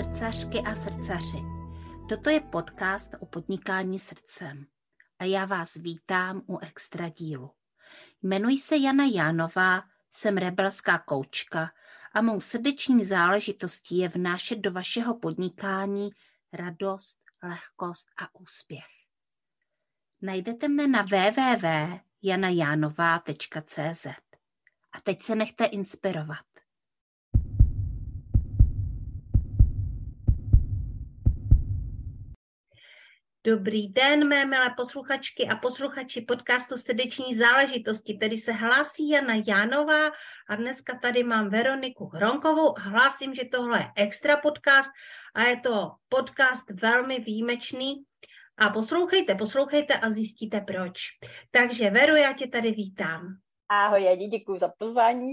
srdcařky a srdcaři. Toto je podcast o podnikání srdcem a já vás vítám u extra dílu. Jmenuji se Jana Jánová, jsem rebelská koučka a mou srdeční záležitostí je vnášet do vašeho podnikání radost, lehkost a úspěch. Najdete mne na www.janajanova.cz. A teď se nechte inspirovat. Dobrý den, mé milé posluchačky a posluchači podcastu Srdeční záležitosti. Tady se hlásí Jana Jánová a dneska tady mám Veroniku Hronkovou a hlásím, že tohle je extra podcast a je to podcast velmi výjimečný. A poslouchejte a zjistíte proč. Takže Vero, já tě tady vítám. Ahoj, Jani, děkuji za pozvání.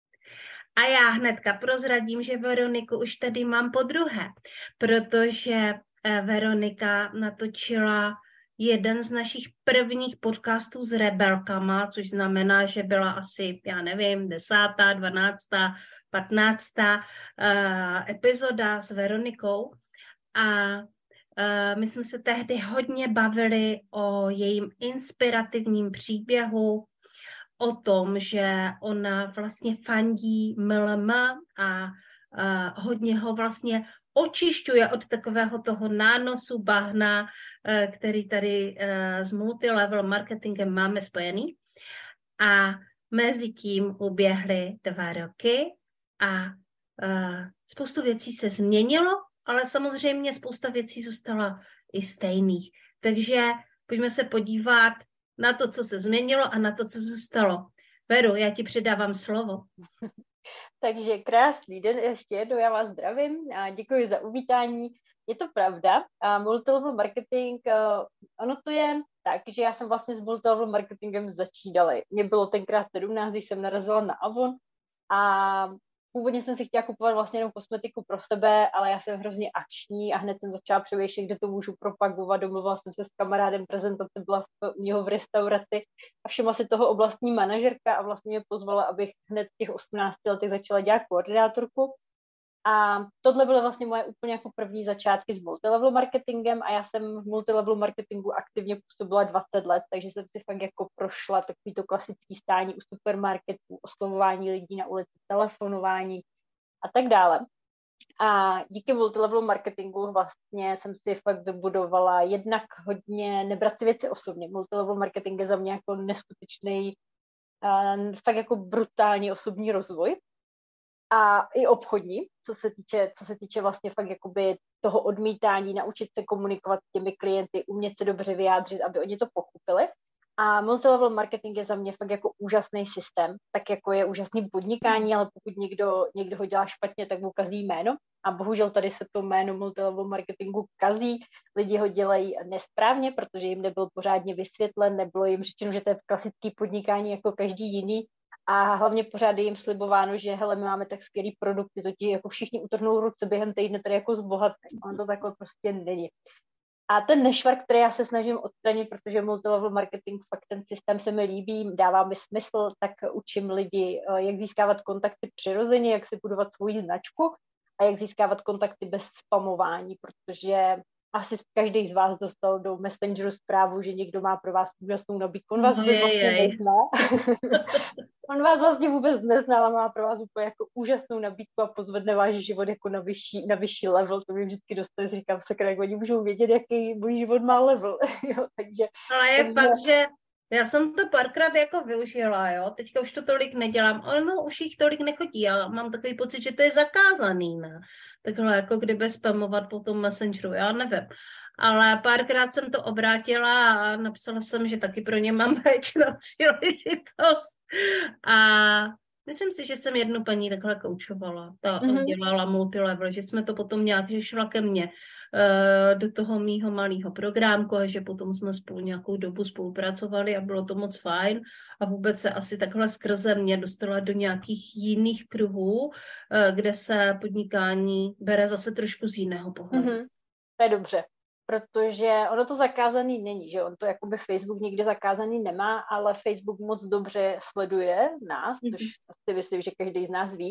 A já hnedka prozradím, že Veroniku už tady mám podruhé, protože Veronika natočila jeden z našich prvních podcastů s rebelkama, což znamená, že byla asi, 10., 12., 15. epizoda s Veronikou. A my jsme se tehdy hodně bavili o jejím inspirativním příběhu, o tom, že ona vlastně fandí MLM a hodně ho vlastně očišťuje od takového toho nánosu bahna, který tady s multilevel marketingem máme spojený. A mezi tím uběhly 2 roky a spoustu věcí se změnilo, ale samozřejmě spousta věcí zůstala i stejných. Takže pojďme se podívat na to, co se změnilo a na to, co zůstalo. Veru, já ti předávám slovo. Takže krásný den ještě jednou, já vás zdravím a děkuji za uvítání. Je to pravda, multilevel marketing, ono to je tak, že já jsem vlastně s multilevel marketingem začínala. Mě bylo tenkrát 17, když jsem narazila na Avon a původně jsem si chtěla kupovat vlastně jenom kosmetiku pro sebe, ale já jsem hrozně akční a hned jsem začala přemýšlet, kde to můžu propagovat. Domluvila jsem se s kamarádem, prezentace byla u něho v restauraci a všimla si toho oblastní manažerka a vlastně mě pozvala, abych hned v těch 18 letech začala dělat koordinátorku. A tohle byly vlastně moje úplně jako první začátky s multilevel marketingem a já jsem v multilevel marketingu aktivně působila 20 let, takže jsem si fakt jako prošla takový to klasický stání u supermarketů, oslovování lidí na ulici, telefonování a tak dále. A díky multilevel marketingu vlastně jsem si fakt vybudovala jednak hodně nebrat si věci osobně. Multilevel marketing je za mě jako neskutečný, fakt jako brutální osobní rozvoj. A i obchodní, co se týče vlastně fakt jakoby toho odmítání, naučit se komunikovat s těmi klienty, umět se dobře vyjádřit, aby oni to pochopili. A multilevel marketing je za mě fakt jako úžasný systém, tak jako je úžasný podnikání, ale pokud někdo ho dělá špatně, tak mu kazí jméno. A bohužel tady se to jméno multilevel marketingu kazí, lidi ho dělají nesprávně, protože jim nebyl pořádně vysvětlen, nebylo jim řečeno, že to je klasický podnikání jako každý jiný. A hlavně pořád je jim slibováno, že hele, my máme tak skvělý produkty, to ti jako všichni utrhnou ruce během týdne, tady jako zbohatný. On to takhle prostě není. A ten nešvar, který já se snažím odstranit, protože multilevel marketing, fakt ten systém se mi líbí, dává mi smysl, tak učím lidi, jak získávat kontakty přirozeně, jak si budovat svoji značku a jak získávat kontakty bez spamování, protože asi každý z vás dostal do Messengeru zprávu, že někdo má pro vás úžasnou nabídku. On vás vůbec vlastně nezná. On vás vlastně vůbec nezná, ale má pro vás úplně jako úžasnou nabídku a pozvedne váš život jako na vyšší level. To mi vždycky dostane, říkám sakra, jak oni můžou vědět, jaký můj život má level. Jo, takže, ale je fakt, že já jsem to párkrát jako využila, jo. Teďka už to tolik nedělám, ale no, už jich tolik nechodí. Já mám takový pocit, že to je zakázaný, ne? Takhle jako kdyby spamovat po tom Messengeru, já nevím. Ale párkrát jsem to obrátila a napsala jsem, že taky pro ně mám většinou příležitost. A myslím si, že jsem jednu paní takhle koučovala. Ta dělala multilevel, že jsme to potom nějak, že šla ke mně do toho mýho malého programku a že potom jsme spolu nějakou dobu spolupracovali a bylo to moc fajn a vůbec se asi takhle skrze mě dostala do nějakých jiných kruhů, kde se podnikání bere zase trošku z jiného pohledu. To je dobře. Protože ono to zakázaný není, že on to jakoby Facebook nikdy zakázaný nemá, ale Facebook moc dobře sleduje nás, což asi myslím, že každý z nás ví.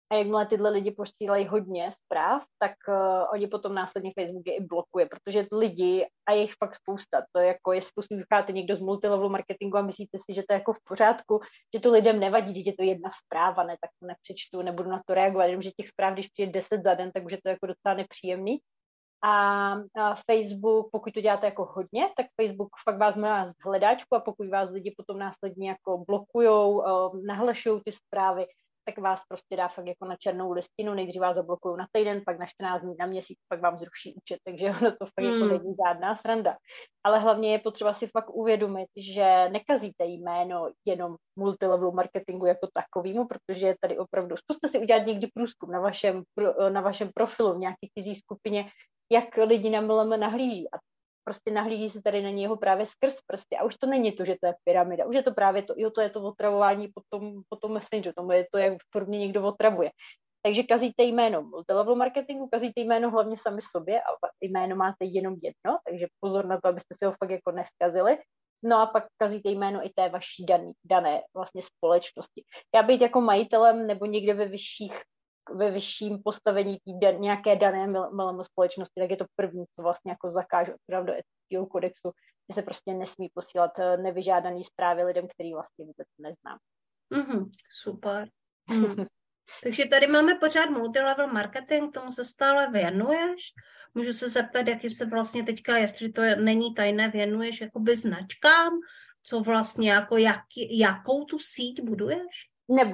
A jakmile tyhle lidi posílají hodně zpráv, tak oni potom následně Facebook je i blokuje, protože lidi, a je jich fakt spousta, to je jako, jestli posloucháte někdo z multilevelu marketingu a myslíte si, že to je jako v pořádku, že to lidem nevadí, když je to jedna zpráva, ne, tak to nepřečtu, nebudu na to reagovat, jenomže těch zpráv, když přijde 10 za den, tak už je to jako docela nepříjemný. A Facebook, pokud to děláte jako hodně, tak Facebook fakt vás má z hledáčku a pokud vás lidi potom následně jako blokujou, nahlašují ty zprávy, tak vás prostě dá fakt jako na černou listinu, nejdřív vás zablokují na týden, pak na 14 dní, na měsíc, pak vám zruší účet, takže ono to fakt jako není žádná sranda. Ale hlavně je potřeba si fakt uvědomit, že nekazíte jméno jenom multilevelu marketingu jako takovýmu, protože je tady opravdu, zkuste si udělat někdy průzkum na vašem profilu v nějaké cizí skupině, jak lidi na MLM nahlíží. A prostě nahlíží se tady na něho právě skrz prsty. A už to není to, že to je pyramida. Už je to právě to, jo, to je to otravování po tom messengeru. Tomu je to, jak v formě někdo otravuje. Takže kazíte jméno multilevel marketingu, kazíte jméno hlavně sami sobě a jméno máte jenom jedno, takže pozor na to, abyste si ho fakt jako nevkazili. No a pak kazíte jméno i té vaší dané vlastně společnosti. Já být jako majitelem nebo někde ve vyšším postavení nějaké dané MLM společnosti, tak je to první, co vlastně jako zakážu do etického kodexu, že se prostě nesmí posílat nevyžádaný zprávy lidem, který vlastně vůbec neznám. Super. Takže tady máme pořád multilevel marketing, tomu se stále věnuješ. Můžu se zeptat, jakým se vlastně teďka, jestli to není tajné, věnuješ jakoby značkám, co vlastně jako jakou tu síť buduješ?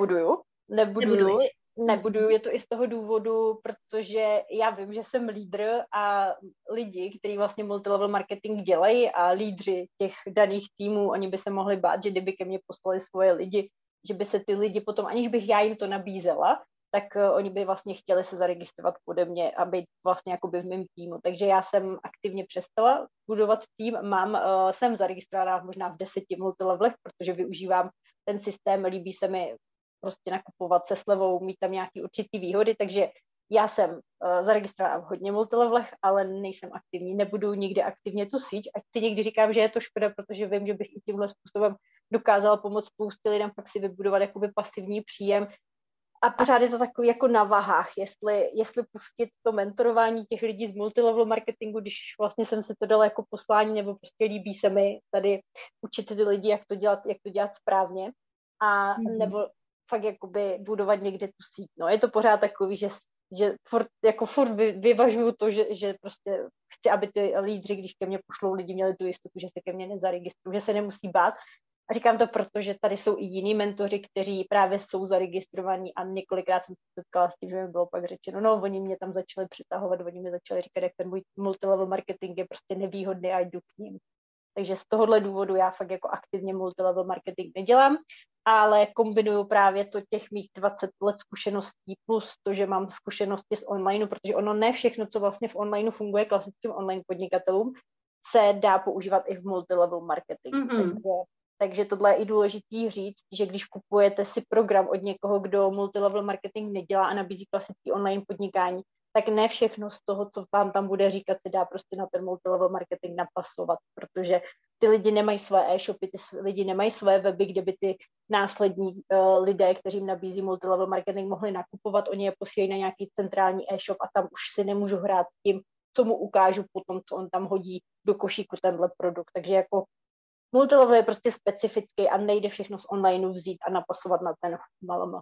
Nebuduju, je to i z toho důvodu, protože já vím, že jsem lídr a lidi, kteří vlastně multilevel marketing dělají a lídři těch daných týmů, oni by se mohli bát, že kdyby ke mně poslali svoje lidi, že by se ty lidi potom, aniž bych já jim to nabízela, tak oni by vlastně chtěli se zaregistrovat pode mě a být vlastně jakoby v mém týmu. Takže já jsem aktivně přestala budovat tým, jsem zaregistrovaná možná v 10 multilevelech, protože využívám ten systém, líbí se mi prostě nakupovat se slevou, mít tam nějaký určitý výhody, takže já jsem zaregistrovaná v hodně multilevelech, ale nejsem aktivní, nebudu nikdy aktivně tu síť, ať si někdy říkám, že je to škoda, protože vím, že bych i tímhle způsobem dokázala pomoct spoustě lidem pak si vybudovat jakoby pasivní příjem a pořád je to takový jako na vahách, jestli pustit to mentorování těch lidí z multilevel marketingu, když vlastně jsem se to dala jako poslání, nebo prostě líbí se mi tady učit ty lidi, jak to dělat správně a nebo fakt jakoby budovat někde tu síť. No, je to pořád takový, že furt vyvažuju to, že prostě chci, aby ty lídři, když ke mně pošlou lidi, měli tu jistotu, že se ke mně nezaregistrují, že se nemusí bát. A říkám to proto, že tady jsou i jiní mentoři, kteří právě jsou zaregistrovaní a několikrát jsem se setkala s tím, že mi bylo pak řečeno, no oni mě tam začali přitahovat, oni mi začali říkat, jak ten můj multilevel marketing je prostě nevýhodný a jdu k ním. Takže z tohohle důvodu já fakt jako aktivně multilevel marketing nedělám, ale kombinuju právě to těch mých 20 let zkušeností plus to, že mám zkušenosti z onlineu, protože ono ne všechno, co vlastně v onlineu funguje klasickým online podnikatelům, se dá používat i v multilevel marketingu. Takže tohle je i důležitý říct, že když kupujete si program od někoho, kdo multilevel marketing nedělá a nabízí klasický online podnikání, tak ne všechno z toho, co vám tam bude říkat, se dá prostě na ten multilevel marketing napasovat, protože ty lidi nemají své e-shopy, ty lidi nemají své weby, kde by ty následní lidé, kteří jim nabízí multilevel marketing, mohli nakupovat, oni je posílají na nějaký centrální e-shop a tam už si nemůžu hrát s tím, co mu ukážu potom, co on tam hodí do košíku tenhle produkt. Takže jako multilevel je prostě specifický a nejde všechno z onlineu vzít a napasovat na ten MLM.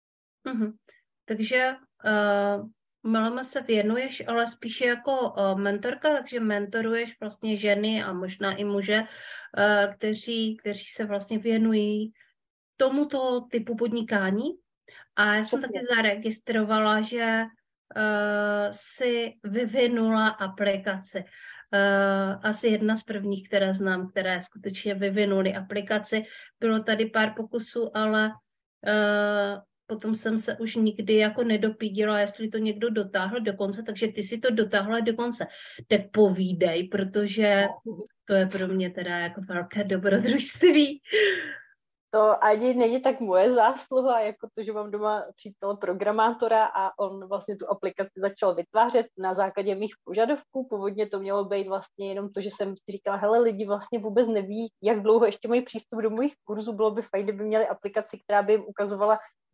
Takže MLM se věnuješ, ale spíše jako mentorka, takže mentoruješ vlastně ženy a možná i muže, kteří se vlastně věnují tomuto typu podnikání. A já jsem taky zaregistrovala, že si vyvinula aplikaci. Asi jedna z prvních, které znám, které skutečně vyvinuly aplikaci. Bylo tady pár pokusů, ale potom jsem se už nikdy jako nedopídila, jestli to někdo dotáhl do konce, takže ty si to dotáhla do konce. Tak povídej, protože to je pro mě teda jako velké dobrodružství. To ani není tak moje zásluha, jako to, že mám doma přítele programátora a on vlastně tu aplikaci začal vytvářet na základě mých požadavků. Původně to mělo být vlastně jenom to, že jsem si říkala, hele, lidi vlastně vůbec neví, jak dlouho ještě mají přístup do mojich kurzů, bylo by fajn, kdyby měli aplikaci, která by jim ukazovala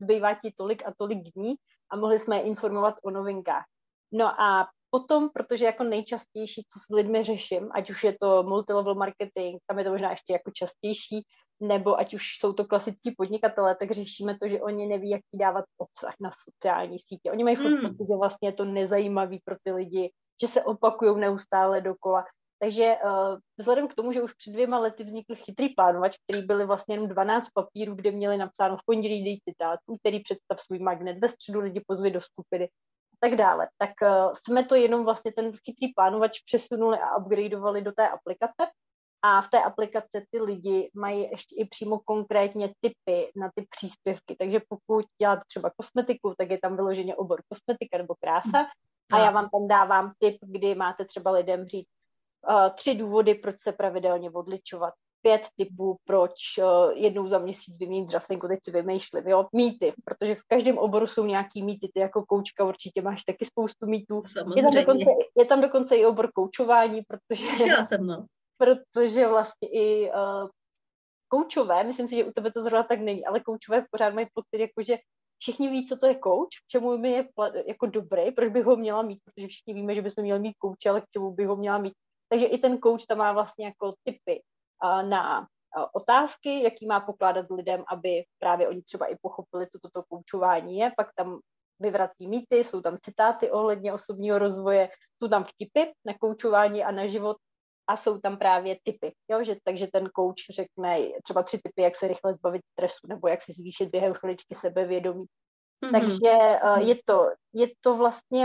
zbývá ti tolik a tolik dní a mohli jsme je informovat o novinkách. No a potom, protože jako nejčastější, co s lidmi řeším, ať už je to multilevel marketing, tam je to možná ještě jako častější, nebo ať už jsou to klasický podnikatelé, tak řešíme to, že oni neví, jak dávat obsah na sociální sítě. Oni mají furt pocit, že vlastně je to nezajímavý pro ty lidi, že se opakujou neustále dokola. Takže vzhledem k tomu, že už před 2 lety vznikl chytrý plánovač, který byly vlastně jenom 12 papírů, kde měli napsáno v pondělí dej citát, úterý představ svůj magnet, ve středu lidi pozvi do skupiny, tak dále. Tak jsme to jenom vlastně ten chytrý plánovač přesunuli a upgradeovali do té aplikace. A v té aplikaci ty lidi mají ještě i přímo konkrétně tipy na ty příspěvky. Takže pokud děláte třeba kosmetiku, tak je tam vyloženě obor kosmetika nebo krása. A já vám tam dávám tip, kdy máte třeba lidem říct 3 důvody, proč se pravidelně odličovat. 5 tipů, proč jednou za měsíc vyměnit dřasenku, teď si vymýšlím, jo, mýty, protože v každém oboru jsou nějaký mýty, ty jako koučka určitě máš taky spoustu mýtů. Je tam dokonce i obor koučování, protože vlastně i koučové, myslím si, že u tebe to zrovna tak není, ale koučové pořád mají pocit, jako že všichni ví, co to je kouč, k čemu mi je jako dobrý, proč bych ho měla mít, protože všichni víme, že bychom měli mít kouče, ale k čemu bych ho měla mít. Takže i ten kouč tam má vlastně jako tipy na otázky, jaký má pokládat lidem, aby právě oni třeba i pochopili, co toto koučování je. Pak tam vyvrací mýty, jsou tam citáty ohledně osobního rozvoje, jsou tam vtipy na koučování a na život a jsou tam právě tipy. Jo? Takže ten kouč řekne třeba 3 tipy, jak se rychle zbavit stresu nebo jak si zvýšit během chviličky sebevědomí. Takže je to vlastně...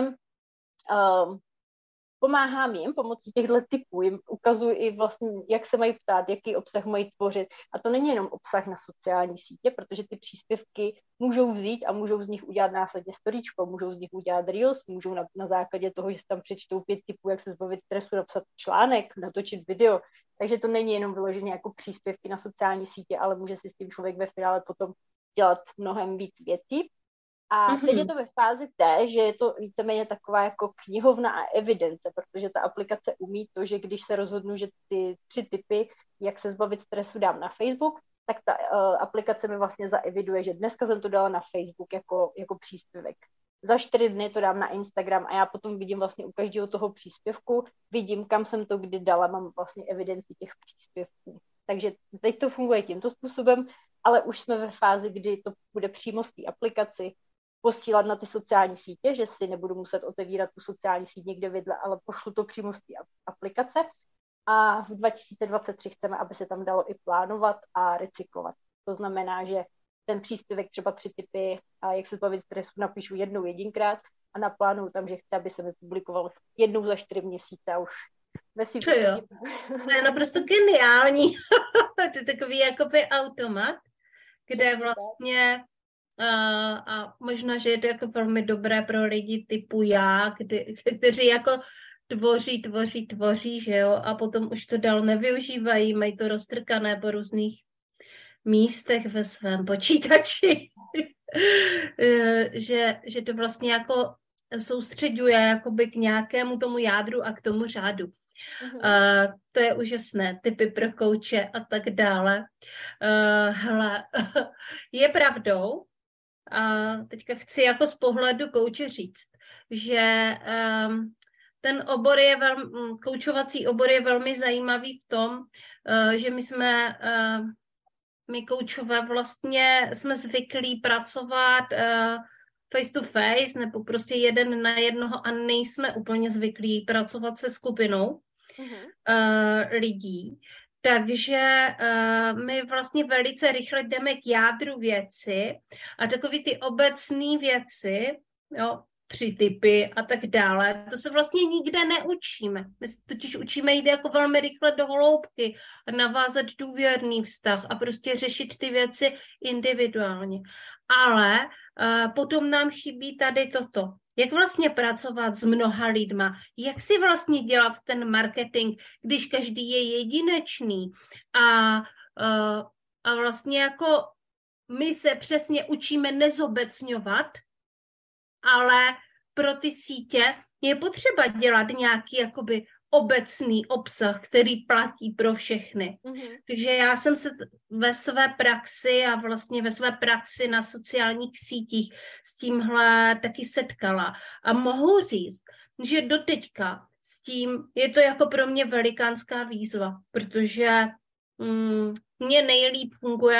Pomáhám jim pomocí těchto tipů, jim ukazuji i vlastně, jak se mají ptát, jaký obsah mají tvořit. A to není jenom obsah na sociální sítě, protože ty příspěvky můžou vzít a můžou z nich udělat následně storyčko, můžou z nich udělat reels, můžou na základě toho, že se tam přečtou 5 tipů, jak se zbavit stresu, napsat článek, natočit video. Takže to není jenom vyloženě jako příspěvky na sociální sítě, ale může si s tím člověk ve finále potom dělat mnohem víc věcí. A teď je to ve fázi té, že je to víceméně taková jako knihovna a evidence, protože ta aplikace umí to, že když se rozhodnu, že ty 3 tipy, jak se zbavit stresu, dám na Facebook, tak ta aplikace mi vlastně zaeviduje, že dneska jsem to dala na Facebook jako příspěvek. Za 4 dny to dám na Instagram a já potom vidím vlastně u každého toho příspěvku, vidím, kam jsem to kdy dala, mám vlastně evidenci těch příspěvků. Takže teď to funguje tímto způsobem, ale už jsme ve fázi, kdy to bude přímo z té aplikaci posílat na ty sociální sítě, že si nebudu muset otevírat tu sociální síť někde vidle, ale pošlu to přímo z té aplikace. A v 2023 chceme, aby se tam dalo i plánovat a recyklovat. To znamená, že ten příspěvek třeba 3 tipy, a jak se zbavit stresu, napíšu jedinkrát a naplánuju tam, že chci, aby se mi publikoval jednou za 4 měsíce a už To je naprosto geniální. To je takový jakoby automat, kde vlastně a možná, že je to jako velmi dobré pro lidi typu já, kteří jako tvoří, že jo, a potom už to dál nevyužívají, mají to roztrkané po různých místech ve svém počítači. že to vlastně jako soustředuje jakoby k nějakému tomu jádru a k tomu řádu. To je úžasné, tipy pro kouče a tak dále. Hele, je pravdou, a teďka chci jako z pohledu kouče říct, že ten obor je koučovací obor je velmi zajímavý v tom, že my koučové vlastně jsme zvyklí pracovat face to face nebo prostě 1 na 1 a nejsme úplně zvyklí pracovat se skupinou lidí. Takže my vlastně velice rychle jdeme k jádru věci a takový ty obecné věci, jo, 3 tipy a tak dále, to se vlastně nikde neučíme. My se totiž učíme jít jako velmi rychle do hloubky a navázat důvěrný vztah a prostě řešit ty věci individuálně. Ale potom nám chybí tady toto. Jak vlastně pracovat s mnoha lidma? Jak si vlastně dělat ten marketing, když každý je jedinečný? A vlastně jako my se přesně učíme nezobecňovat, ale pro ty sítě je potřeba dělat nějaký jakoby obecný obsah, který platí pro všechny. Mm-hmm. Takže já jsem se ve své praxi a vlastně ve své praxi na sociálních sítích s tímhle taky setkala. A mohu říct, že doteďka s tím je to jako pro mě velikánská výzva, protože mně nejlíp funguje,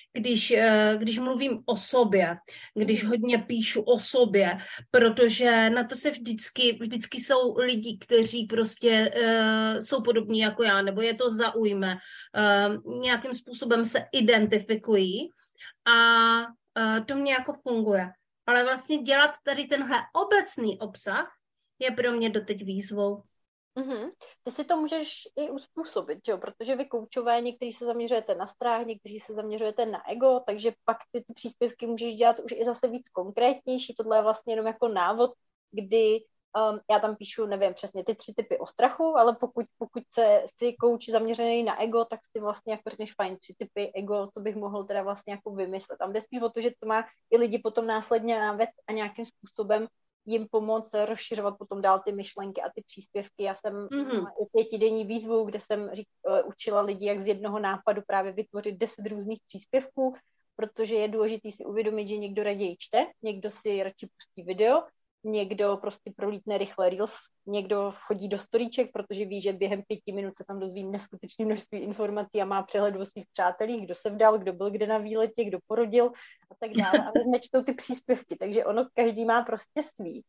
když mluvím o sobě, když hodně píšu o sobě, protože na to se vždycky jsou lidi, kteří prostě jsou podobní jako já, nebo je to zaujme, nějakým způsobem se identifikují a to mě jako funguje. Ale vlastně dělat tady tenhle obecný obsah je pro mě doteď výzvou. Mm-hmm. Ty si to můžeš i uspůsobit, jo? Protože vy koučové, někteří se zaměřujete na strach, někteří se zaměřujete na ego, takže pak ty příspěvky můžeš dělat už i zase víc konkrétnější. Tohle je vlastně jenom jako návod, kdy já tam píšu, nevím přesně ty 3 typy o strachu, ale pokud si kouč zaměřený na ego, tak si vlastně jako řekneš fajn 3 typy ego, co bych mohl teda vlastně jako vymyslet. Tam jde spíš o to, že to má i lidi potom následně náved a nějakým způsobem jim pomoct rozšiřovat potom dál ty myšlenky a ty příspěvky. Já jsem i 5denní výzvu, kde jsem učila lidi, jak z jednoho nápadu právě vytvořit 10 různých příspěvků, protože je důležité si uvědomit, že někdo raději čte, někdo si radši pustí video, někdo prostě prolítne rychle reels, někdo chodí do storíček, protože ví, že během 5 minut se tam dozví neskutečné množství informací a má přehled o svých přátelích, kdo se vdal, kdo byl kde na výletě, kdo porodil a tak dále. A nečtou ty příspěvky, takže ono každý má prostě svý.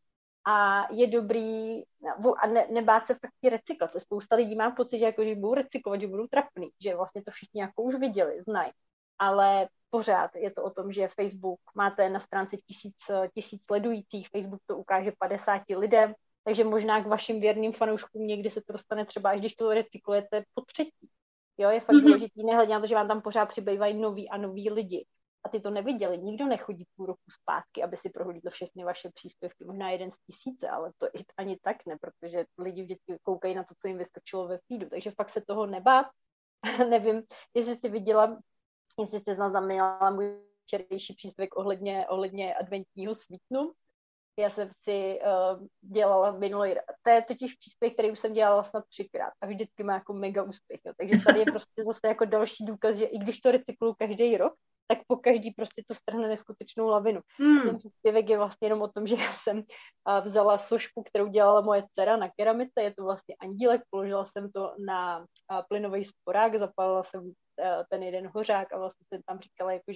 A je dobrý a nebát se fakt recyklace. Spousta lidí má pocit, že, jako, že budou recyklovat, že budou trapný, že vlastně to všichni jako už viděli, znají. Ale pořád je to o tom, že Facebook máte na stránce 1000 sledujících, Facebook to ukáže 50 lidem, takže možná k vašim věrným fanouškům někdy se to dostane třeba, až když to recyklujete po třetí. Jo, je fakt důležitý, nehledě na to, že vám tam pořád přibývají noví a noví lidi. A ty to neviděli, nikdo nechodí půl roku zpátky, aby si prohlídl všechny vaše příspěvky, možná 1 z 1000, ale to ani tak ne, protože lidi vždycky koukají na to, co jim vyskočilo ve feedu, takže fakt se toho nebát. Nevím, jestli jsi viděla, jestli jsi zaznamenala můj včerejší příspěvek ohledně adventního svítnu. Já jsem si dělala minulý rok. To je totiž příspěvek, který už jsem dělala snad 3krát a vždycky má jako mega úspěch. Jo. Takže tady je prostě zase jako další důkaz, že i když to recykluju každý rok, tak po každý prostě to strhne neskutečnou lavinu. A ten příspěvek je vlastně jenom o tom, že já jsem vzala sošku, kterou dělala moje dcera na keramice, je to vlastně andílek, položila jsem to na plynový sporák, zapálila jsem ten jeden hořák a vlastně jsem tam říkala, jako,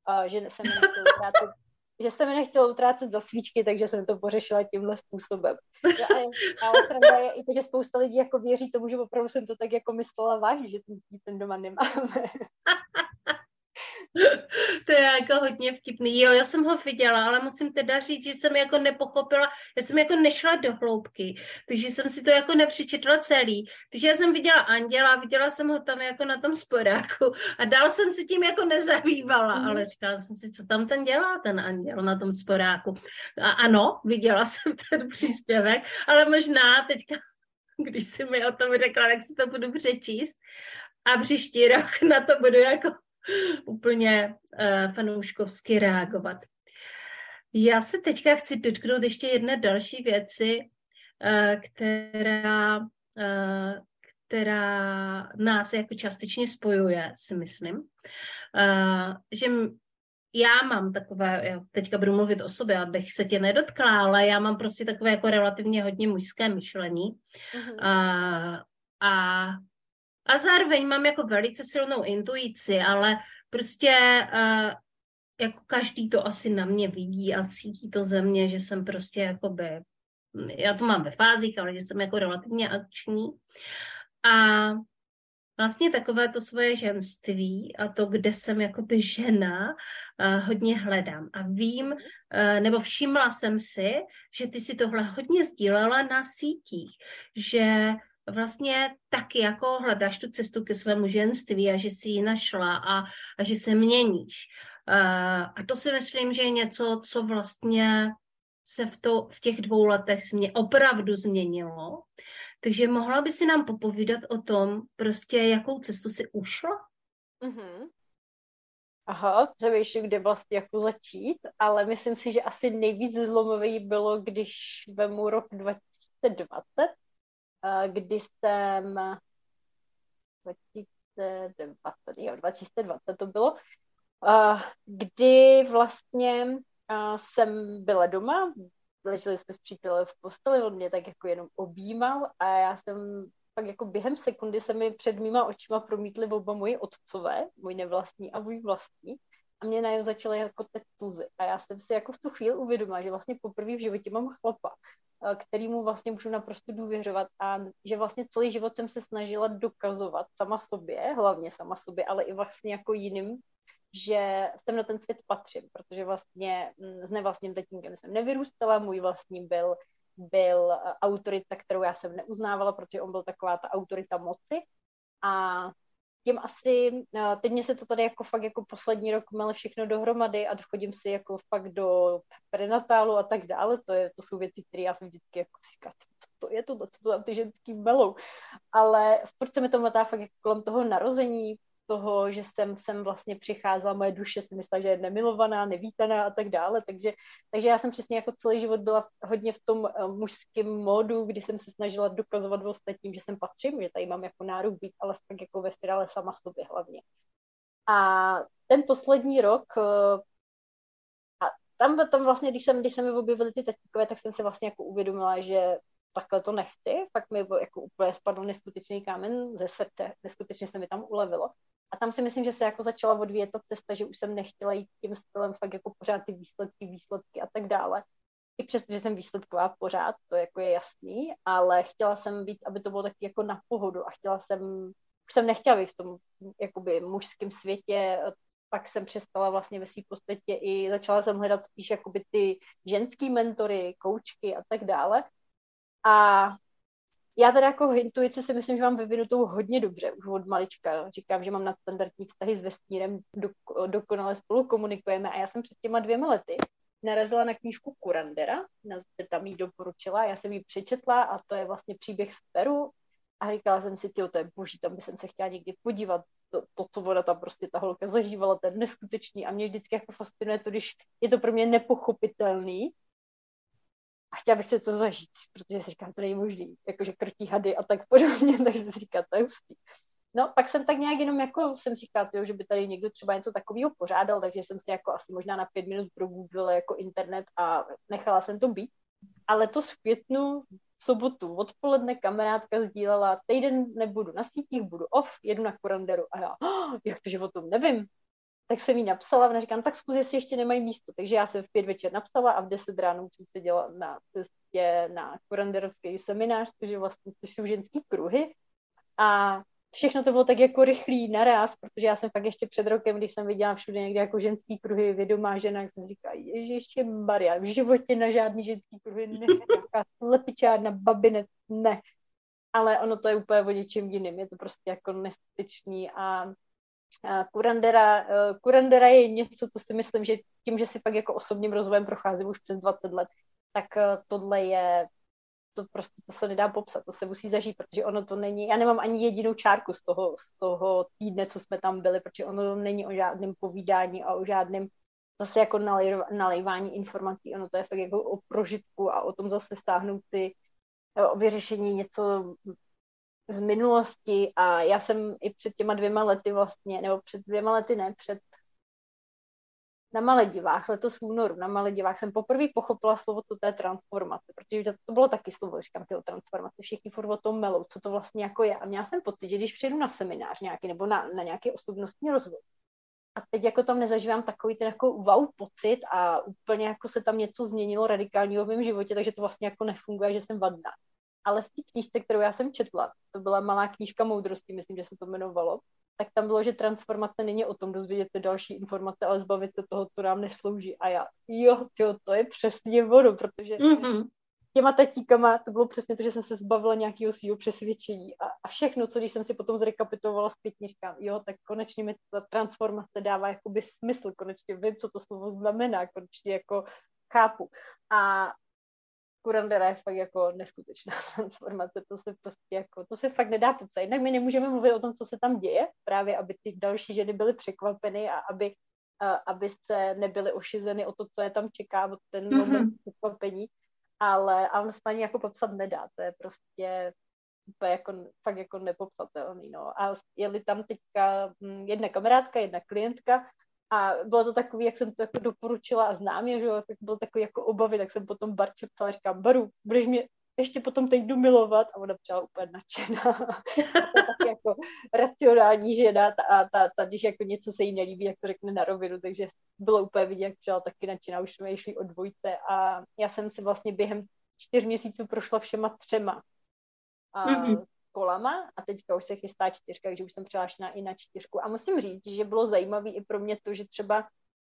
že se mi nechtělo utrácet za svíčky, takže jsem to pořešila tímhle způsobem. Ale pravda je i to, že spousta lidí jako věří tomu, že opravdu jsem to tak jako myslela vážně, že ten doma nemáme. To je jako hodně vtipný. Jo, já jsem ho viděla, ale musím teda říct, že jsem jako nepochopila, já jsem jako nešla do hloubky, takže jsem si to jako nepřečetla celý. Takže já jsem viděla anděla, viděla jsem ho tam jako na tom sporáku a dál jsem se tím jako nezabývala, ale říkala jsem si, co tam ten dělá, ten anděl na tom sporáku. A ano, viděla jsem ten příspěvek, ale možná teďka, když si mi o tom řekla, tak si to budu přečíst a příští rok na to budu jako úplně fanouškovsky reagovat. Já se teďka chci dotknout ještě jedné další věci, která nás jako částečně spojuje, si myslím. Že já mám takové, já teďka budu mluvit o sobě, abych se tě nedotkla, ale já mám prostě takové jako relativně hodně mužské myšlení. A zároveň mám jako velice silnou intuici, ale prostě jako každý to asi na mě vidí a cítí to ze mě, že jsem prostě jakoby, já to mám ve fázích, ale že jsem jako relativně akční. A vlastně takové to svoje ženství a to, kde jsem jakoby žena, hodně hledám. A vím, nebo všimla jsem si, že ty si tohle hodně sdílela na sítích, že vlastně taky jako hledáš tu cestu ke svému ženství a že si ji našla a že se měníš. A to si myslím, že je něco, co vlastně se v těch 2 letech mě opravdu změnilo. Takže mohla by si nám popovídat o tom, prostě jakou cestu si ušla? Aha, přemýšlím, kde vlastně jako začít, ale myslím si, že asi nejvíc zlomový bylo, když vemu rok 2020, kdy jsem 2020 to bylo, kdy vlastně jsem byla doma, leželi jsme s přítelem v posteli, on mě tak jako jenom objímal a já jsem pak jako během sekundy se mi před mýma očima promítly oba moji otcové, můj nevlastní a můj vlastní. A mě najednou začaly jako teď slzy. A já jsem si jako v tu chvíli uvědomila, že vlastně poprvé v životě mám chlapa, kterýmu vlastně můžu naprosto důvěřovat a že vlastně celý život jsem se snažila dokazovat sama sobě, hlavně sama sobě, ale i vlastně jako jiným, že jsem na ten svět patřím, protože vlastně s nevlastním tatínkem jsem nevyrůstala, můj vlastní byl autorita, kterou já jsem neuznávala, protože on byl taková ta autorita moci a tím asi, teď mě se to tady jako fakt jako poslední rok mele všechno dohromady a chodím si jako fakt do prenatálu a tak dále, to jsou věci, které já jsem vždycky jako říkala, co to je to, co to tam ty ženský melou, ale furt se mi to motá fakt jako kolem toho narození, toho, že jsem vlastně přicházela, moje duše si myslela, že je nemilovaná, nevítaná a tak dále, takže já jsem přesně jako celý život byla hodně v tom mužském módu, kdy jsem se snažila dokazovat ostatním, že jsem patřím, že tady mám jako nárok být, ale tak jako ve finále sama sobě hlavně. A ten poslední rok a tam vlastně, když se mi objevily ty tatíkové, tak jsem se vlastně jako uvědomila, že takhle to nechci, pak mi jako úplně spadl neskutečný kámen ze srdce, neskutečně se mi tam ulevilo. A tam si myslím, že se jako začala odvíjet ta cesta, že už jsem nechtěla jít tím stylem fakt jako pořád ty výsledky a tak dále. I přesto, že jsem výsledková pořád, to jako je jasný, ale chtěla jsem víc, aby to bylo taky jako na pohodu a už jsem nechtěla být v tom jakoby mužském světě, pak jsem přestala vlastně ve své podstatě i začala jsem hledat spíš jakoby ty ženský mentory, koučky a tak dále. A já teda jako intuici si myslím, že mám vyvinutou hodně dobře už od malička. Říkám, že mám nadstandardní vztahy s vesmírem, dokonale spolu komunikujeme a já jsem před těma 2 lety narazila na knížku Kurandera, tam jí doporučila, já jsem ji přečetla a to je vlastně příběh z Peru a říkala jsem si, to je boží, tam by jsem se chtěla někdy podívat, to, co ona tam prostě ta holka zažívala, ten neskutečný a mě vždycky jako fascinuje to, když je to pro mě nepochopitelný, a chtěla bych si to zažít, protože si říkám, to není možný, jakože krtí hady a tak podobně, takže si říkám, to je hustý. No, pak jsem tak nějak jenom jako jsem říkala, že by tady někdo třeba něco takového pořádal, takže jsem si jako asi možná na 5 minut progooglila jako internet a nechala jsem to být. Ale to v květnu, v sobotu odpoledne kamarádka sdílela, týden nebudu na sítích, budu off, jedu na Kuranderu. A já, jak to, že o tom nevím? Tak jsem jí napsala a ona říkám, tak zkus, jestli ještě nemají místo. Takže já jsem v 5 večer napsala a v 10 ráno jsem seděla na cestě na kuranderovský seminář, což jsou ženský kruhy. A všechno to bylo tak jako rychlý naraz, protože já jsem fakt ještě před rokem, když jsem viděla všude někde jako ženský kruhy, vědomá žena, jak jsem říkala, ještě Maria, v životě na žádný ženský kruhy nechci, nějaká slepičárna, babinec, ne. Ale ono to je úplně o něčem jiným, je to prostě jako neskutečný a Kurandera je něco, co si myslím, že tím, že si fakt jako osobním rozvojem procházím už přes 20 let, tak tohle je, to se nedá popsat, to se musí zažít, protože ono to není, já nemám ani jedinou čárku z toho týdne, co jsme tam byli, protože ono není o žádném povídání a o žádném zase jako nalejvání informací, ono to je fakt jako o prožitku a o tom zase stáhnout si o vyřešení něco z minulosti a já jsem i před těma 2 lety vlastně, nebo před 2 lety ne, na Maledivách, letos v únoru, na Maledivách jsem poprvé pochopila slovo to té transformace, protože to bylo taky slovo, říkám, ty o transformaci, všichni furt o tom melou, co to vlastně jako je. A měla jsem pocit, že když přijdu na seminář nějaký, nebo na nějaký osobnostní rozvoj, a teď jako tam nezažívám takový ten jako wow pocit a úplně jako se tam něco změnilo radikálního v mém životě, takže to vlastně jako nefunguje, že jsem vadná. Ale v té knížce, kterou já jsem četla, to byla malá knížka moudrosti, myslím, že se to jmenovalo, tak tam bylo, že transformace není o tom dozvědět se další informace, ale zbavit se toho, co nám neslouží. A já, to je přesně ono, protože těma tatíkama to bylo přesně to, že jsem se zbavila nějakého svého přesvědčení a všechno, co když jsem si potom zrekapitulovala zpětně, říkám, tak konečně mi ta transformace dává jakoby smysl, konečně vím, co to slovo znamená, konečně jako chápu. A Kurandera je fakt jako neskutečná transformace, to se fakt nedá popsat. Jednak my nemůžeme mluvit o tom, co se tam děje, právě aby ty další ženy byly překvapeny a aby se nebyly ošizeny o to, co je tam čeká, o ten moment překvapení, ale on se ani jako popsat nedá, to je prostě úplně jako, fakt jako nepopsatelný, no. A jeli tam teďka jedna kamarádka, jedna klientka a bylo to takový, jak jsem to jako doporučila a znám je, že jo, tak bylo takový jako obavy, tak jsem potom Barče psala, říkám, Baru, budeš mě ještě potom týdnu milovat a ona byla úplně nadšená. A to je taky jako racionální žena a když jako něco se jí nelíbí, jak to řekne na rovinu, takže bylo úplně vidět, jak byla taky nadšená, už jsme šli o dvojce a já jsem si vlastně během 4 měsíců prošla všema 3 kolama a teďka už se chystá 4, takže už jsem přihlášená i na 4. A musím říct, že bylo zajímavé i pro mě to, že třeba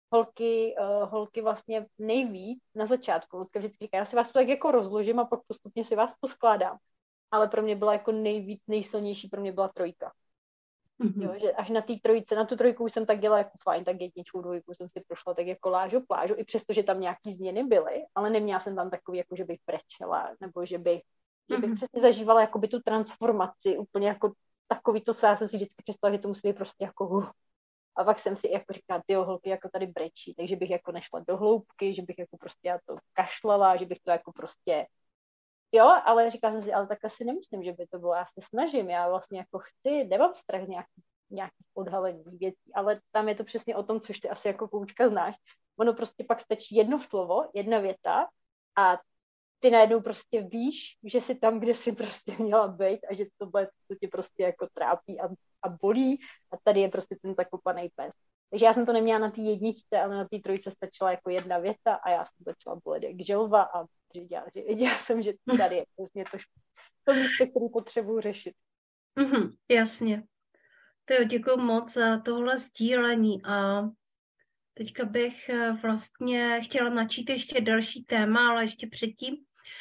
holky vlastně nejvíc na začátku. Lucka vždycky říká, já si vás tu tak jako rozložím a pak postupně si vás poskládám. Ale pro mě byla jako nejsilnější, pro mě byla 3. Jo, že až na té 3, na tu 3 už jsem tak dělala jako fajn, tak 1, 2 jsem si prošla tak jako plážu, i přesto, že tam nějaký změny byly, ale neměla jsem tam takový, jako že bych brečela, nebo že bych přesně zažívala jakoby tu transformaci, úplně jako takový to, co já jsem si vždycky představila, že to musí být prostě jako A pak jsem si jako říkala, ty holky jako tady brečí, takže bych jako nešla do hloubky, že bych jako prostě já to kašlala, že bych to jako prostě, jo, ale říkala jsem si, ale tak asi nemyslím, že by to bylo, já se snažím, já vlastně jako chci, nemám strach z nějakých odhalení věcí, ale tam je to přesně o tom, což ty asi jako koučka znáš, ono prostě pak stačí jedno slovo, jedna věta a ty najednou prostě víš, že jsi tam, kde jsi prostě měla být a že tohle to tě prostě jako trápí a bolí a tady je prostě ten zakopaný pes. Takže já jsem to neměla na té 1, ale na té 3 stačila jako jedna věta a já jsem začala bolet jak želva a věděla jsem, že tady je vlastně to místo, které potřebuji řešit. Jasně. Tyjo, děkuji moc za tohle sdílení a teďka bych vlastně chtěla načít ještě další téma, ale ještě předtím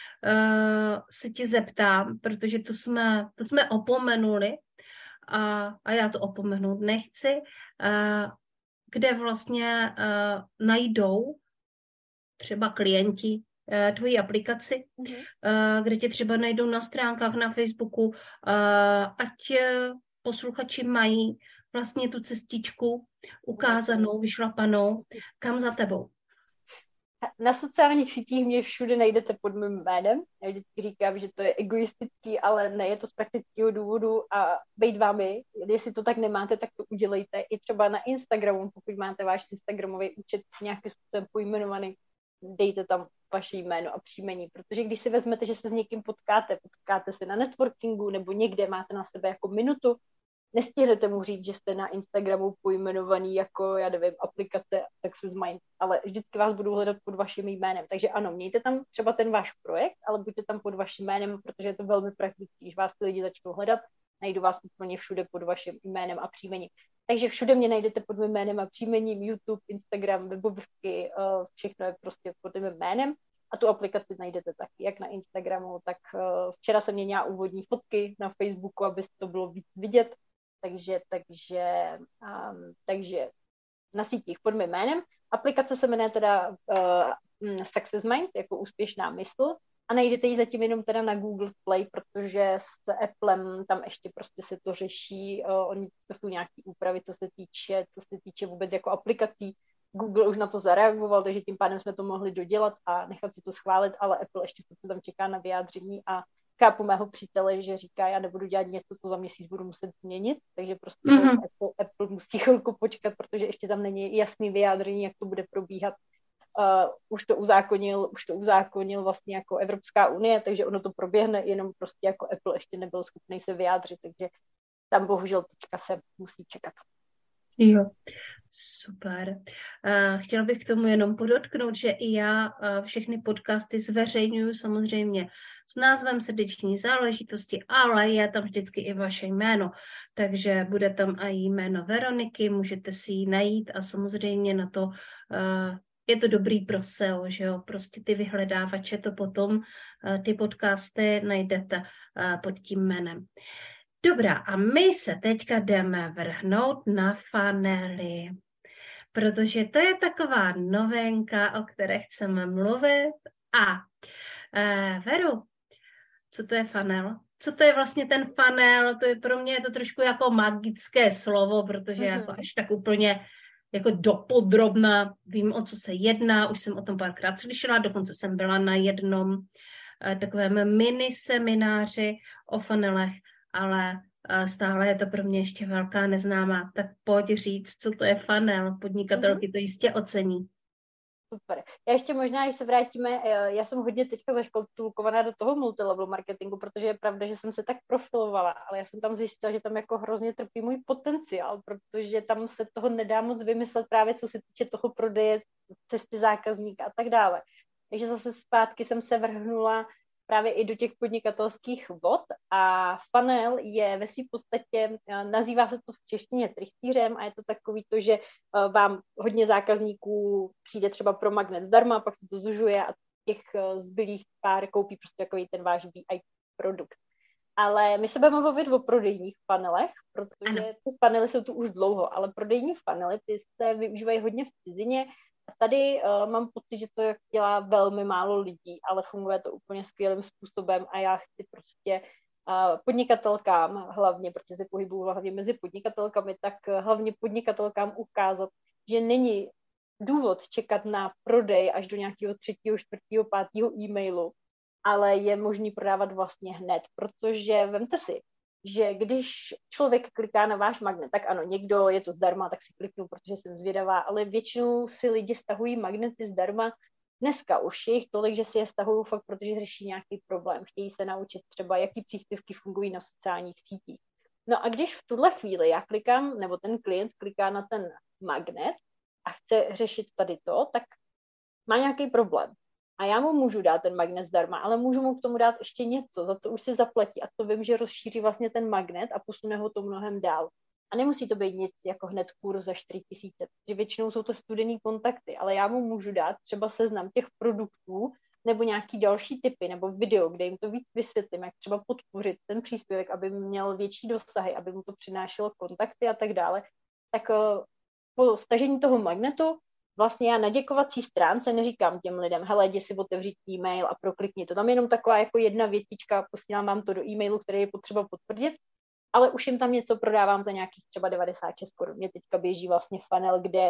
se tě zeptám, protože to jsme opomenuli a já to opomenout nechci, kde vlastně najdou třeba klienti tvoji aplikaci, kde tě třeba najdou na stránkách na Facebooku, ať posluchači mají vlastně tu cestičku ukázanou, vyšlapanou, kam za tebou. Na sociálních sítích mě všude najdete pod mým jménem. Já vždycky říkám, že to je egoistický, ale ne, je to z praktického důvodu a bejt vámi, jestli to tak nemáte, tak to udělejte. I třeba na Instagramu, pokud máte váš Instagramový účet nějakým způsobem pojmenovaný, dejte tam vaše jméno a příjmení, protože když si vezmete, že se s někým potkáte se na networkingu nebo někde máte na sebe jako minutu, nestihnete mu říct, že jste na Instagramu pojmenovaný jako, já nevím, aplikace Success Mind, ale vždycky vás budou hledat pod vaším jménem. Takže ano, mějte tam třeba ten váš projekt, ale buďte tam pod vaším jménem, protože je to velmi praktické, když vás ty lidi začnou hledat, najdu vás úplně všude pod vaším jménem a příjmením. Takže všude mě najdete pod mým jménem a příjmením, YouTube, Instagram, webovky, všechno je prostě pod mým jménem. A tu aplikaci najdete taky, jak na Instagramu, tak včera jsem měla úvodní fotky na Facebooku, aby to bylo víc vidět. Takže na sítích pod mým jménem. Aplikace se jmenuje teda Success Mind, jako úspěšná mysl. A najdete ji zatím jenom teda na Google Play, protože s Applem tam ještě prostě se to řeší. Oni jsou nějaké úpravy, co se týče vůbec jako aplikací. Google už na to zareagoval, takže tím pádem jsme to mohli dodělat a nechat si to schválit, ale Apple ještě to tam čeká na vyjádření a chápu mého přítele, že říká, já nebudu dělat něco, co za měsíc budu muset změnit, takže prostě Apple musí chvilku počkat, protože ještě tam není jasný vyjádření, jak to bude probíhat. Už to uzákonil vlastně jako Evropská unie, takže ono to proběhne, jenom prostě jako Apple ještě nebyl schopný se vyjádřit, takže tam bohužel teďka se musí čekat. Jo, super. Chtěla bych k tomu jenom podotknout, že i já všechny podcasty zveřejňuji samozřejmě s názvem Srdeční záležitosti, ale je tam vždycky i vaše jméno, takže bude tam i jméno Veroniky, můžete si ji najít a samozřejmě na to je to dobrý pro SEO, že jo, prostě ty vyhledávače to potom, ty podcasty najdete pod tím jménem. Dobrá, a my se teďka jdeme vrhnout na funnely, protože to je taková novinka, o které chceme mluvit. A Veru, co to je funnel? Co to je vlastně ten funnel? To je pro mě to trošku jako magické slovo, protože jako až tak úplně jako dopodrobna vím, o co se jedná, už jsem o tom párkrát slyšela, dokonce jsem byla na jednom takovém mini semináři o funnelech, ale stále je to pro mě ještě velká neznámá. Tak pojď říct, co to je funnel. Podnikatelky to jistě ocení. Super. Já ještě možná, když se vrátíme, já jsem hodně teďka zaškatulkovaná do toho multilevel marketingu, protože je pravda, že jsem se tak profilovala, ale já jsem tam zjistila, že tam jako hrozně trpí můj potenciál, protože tam se toho nedá moc vymyslet právě co se týče toho prodeje, cesty zákazníka a tak dále. Takže zase zpátky jsem se vrhnula právě i do těch podnikatelských vod a funnel je ve své podstatě, nazývá se to v češtině trichtýřem a je to takový to, že vám hodně zákazníků přijde třeba pro magnet zdarma, pak se to zužuje a těch zbylých pár koupí prostě takový ten váš VIP produkt. Ale my se budeme mluvit o prodejních funnelech, protože ty funnely jsou tu už dlouho, ale prodejní funnely, ty se využívají hodně v cizině. A tady mám pocit, že to dělá velmi málo lidí, ale funguje to úplně skvělým způsobem a já chci prostě podnikatelkám hlavně, protože se pohybuju hlavně mezi podnikatelkami, tak hlavně podnikatelkám ukázat, že není důvod čekat na prodej až do nějakého 3., 4., 5. e-mailu, ale je možný prodávat vlastně hned, protože vemte si, že když člověk kliká na váš magnet, tak ano, někdo je to zdarma, tak si kliknu, protože jsem zvědavá, ale většinou si lidi stahují magnety zdarma. Dneska už je jich tolik, že si je stahují fakt, protože řeší nějaký problém. Chtějí se naučit třeba, jaký příspěvky fungují na sociálních sítích. No a když v tuhle chvíli já klikám, nebo ten klient kliká na ten magnet a chce řešit tady to, tak má nějaký problém. A já mu můžu dát ten magnet zdarma, ale můžu mu k tomu dát ještě něco, za co už si zaplatí. A to vím, že rozšíří vlastně ten magnet a posune ho to mnohem dál. A nemusí to být nic jako hned kurz za 4 000, protože většinou jsou to studený kontakty, ale já mu můžu dát třeba seznam těch produktů nebo nějaký další typy nebo video, kde jim to víc vysvětlím, jak třeba podpořit ten příspěvek, aby měl větší dosahy, aby mu to přinášelo kontakty a tak dále. Tak po stažení toho magnetu vlastně já na děkovací stránce neříkám těm lidem, hele, jdi si otevřít e-mail a proklikni to. Tam jenom taková jako jedna větička, posílám vám to do e-mailu, který je potřeba potvrdit, ale už jim tam něco prodávám za nějakých třeba 96 korun. Mě teďka běží vlastně funnel, kde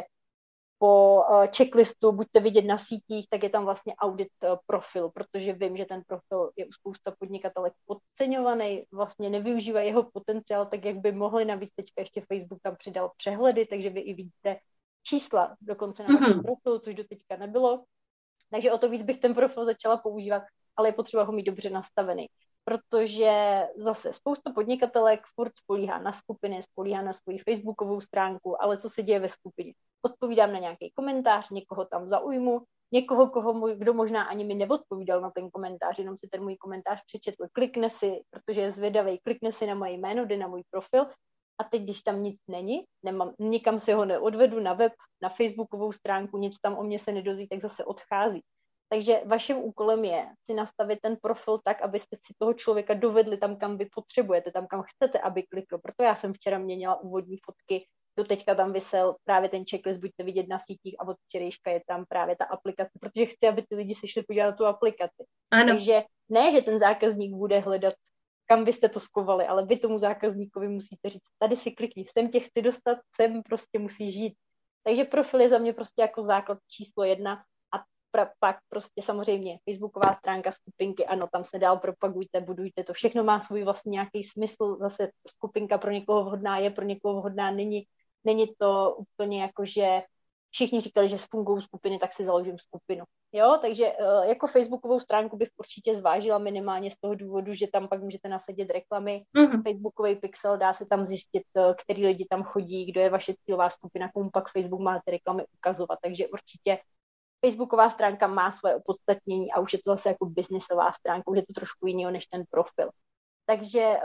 po checklistu buďte vidět na sítích, tak je tam vlastně audit profilu, protože vím, že ten profil je u spousta podnikatelek podceňovaný, vlastně nevyužívají jeho potenciál tak, jak by mohli. Navíc teďka ještě Facebook tam přidal přehledy, takže vy i vidíte čísla dokonce na vašem profilu, což doteďka nebylo. Takže o to víc bych ten profil začala používat, ale je potřeba ho mít dobře nastavený. Protože zase spousta podnikatelek furt spolíhá na skupiny, spolíhá na svoji facebookovou stránku, ale co se děje ve skupině? Odpovídám na nějaký komentář, někoho tam zaujmu, někoho, kdo možná ani mi neodpovídal na ten komentář, jenom si ten můj komentář přečetl, klikne si, protože je zvědavej, klikne si na moje jméno, jde na můj profil. A teď, když tam nic není, nikam si ho neodvedu na web, na facebookovou stránku, nic tam o mě se nedozví, tak zase odchází. Takže vaším úkolem je si nastavit ten profil tak, abyste si toho člověka dovedli tam, kam vy potřebujete, tam, kam chcete, aby klikl. Proto já jsem včera měnila úvodní fotky, doteďka tam visel právě ten checklist, buďte vidět na sítích a od včerejška je tam právě ta aplikace, protože chci, aby ty lidi se šli podívat na tu aplikaci. Ano. Takže ne, že ten zákazník bude hledat, kam vy jste to skovali, ale vy tomu zákazníkovi musíte říct, tady si klikni, sem tě chci dostat, sem prostě musí žít. Takže profil je za mě prostě jako základ číslo 1 a pak prostě samozřejmě facebooková stránka, skupinky, ano, tam se dál propagujte, budujte, to všechno má svůj vlastně nějaký smysl, zase skupinka pro někoho vhodná je, pro někoho vhodná není to úplně jako, že všichni říkali, že fungují skupiny, tak si založím skupinu. Jo, takže jako facebookovou stránku bych určitě zvážila minimálně z toho důvodu, že tam pak můžete nasadit reklamy. Facebookový pixel, dá se tam zjistit, který lidi tam chodí, kdo je vaše cílová skupina, komu pak Facebook má ty reklamy ukazovat. Takže určitě facebooková stránka má své opodstatnění a už je to zase jako biznisová stránka, už je to trošku jiného než ten profil. Takže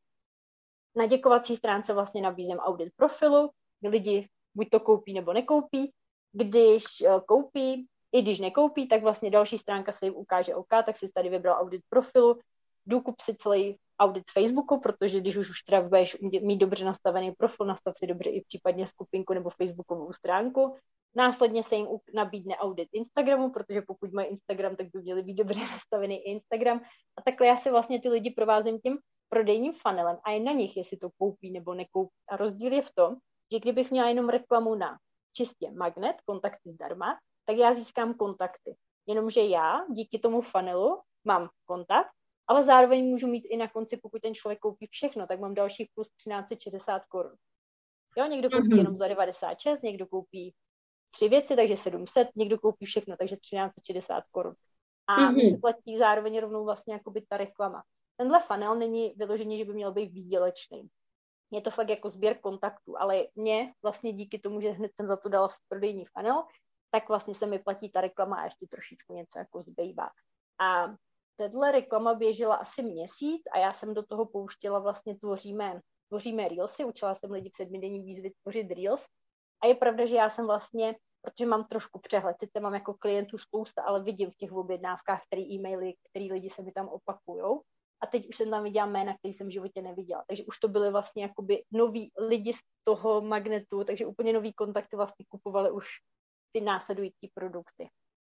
na děkovací stránce vlastně nabízím audit profilu, lidi buď to koupí nebo nekoupí. Když koupí, i když nekoupí, tak vlastně další stránka se jim ukáže OK, tak si tady vybral audit profilu, kup si celý audit Facebooku, protože když už teda budeš mít dobře nastavený profil, nastav si dobře i případně skupinku nebo facebookovou stránku. Následně se jim nabídne audit Instagramu, protože pokud mají Instagram, tak by měli být dobře nastavený i Instagram. A takhle já si vlastně ty lidi provázím tím prodejním funnelem a je na nich, jestli to koupí nebo nekoupí. A rozdíl je v tom, že kdybych měla jenom reklamu na čistě magnet, kontakty zdarma, tak já získám kontakty. Jenomže já díky tomu funnelu mám kontakt, ale zároveň můžu mít i na konci, pokud ten člověk koupí všechno, tak mám dalších plus 1360 korun. Jo, někdo koupí jenom za 96, někdo koupí 3 věci, takže 700, někdo koupí všechno, takže 1360 korun. A mi se platí zároveň rovnou vlastně jakoby ta reklama. Tenhle funnel není vyložený, že by měl být výdělečný. Je to fakt jako sběr kontaktů, ale mě vlastně díky tomu, že hned jsem za to dala prodejní funnel, tak vlastně se mi platí ta reklama a ještě trošičku něco jako zbývá. A tahle reklama běžela asi měsíc a já jsem do toho pouštěla vlastně tvoříme reelsy, učila jsem lidi v 7denní výzvě tvořit reels. A je pravda, že já jsem vlastně, protože mám trošku přehled, sice mám jako klientů spousta, ale vidím v těch objednávkách, který lidi se mi tam opakujou. A teď už jsem tam viděla jména, který jsem v životě neviděla. Takže už to byly vlastně jakoby noví lidi z toho magnetu, takže úplně nový kontakty vlastně kupovali už ty následující produkty.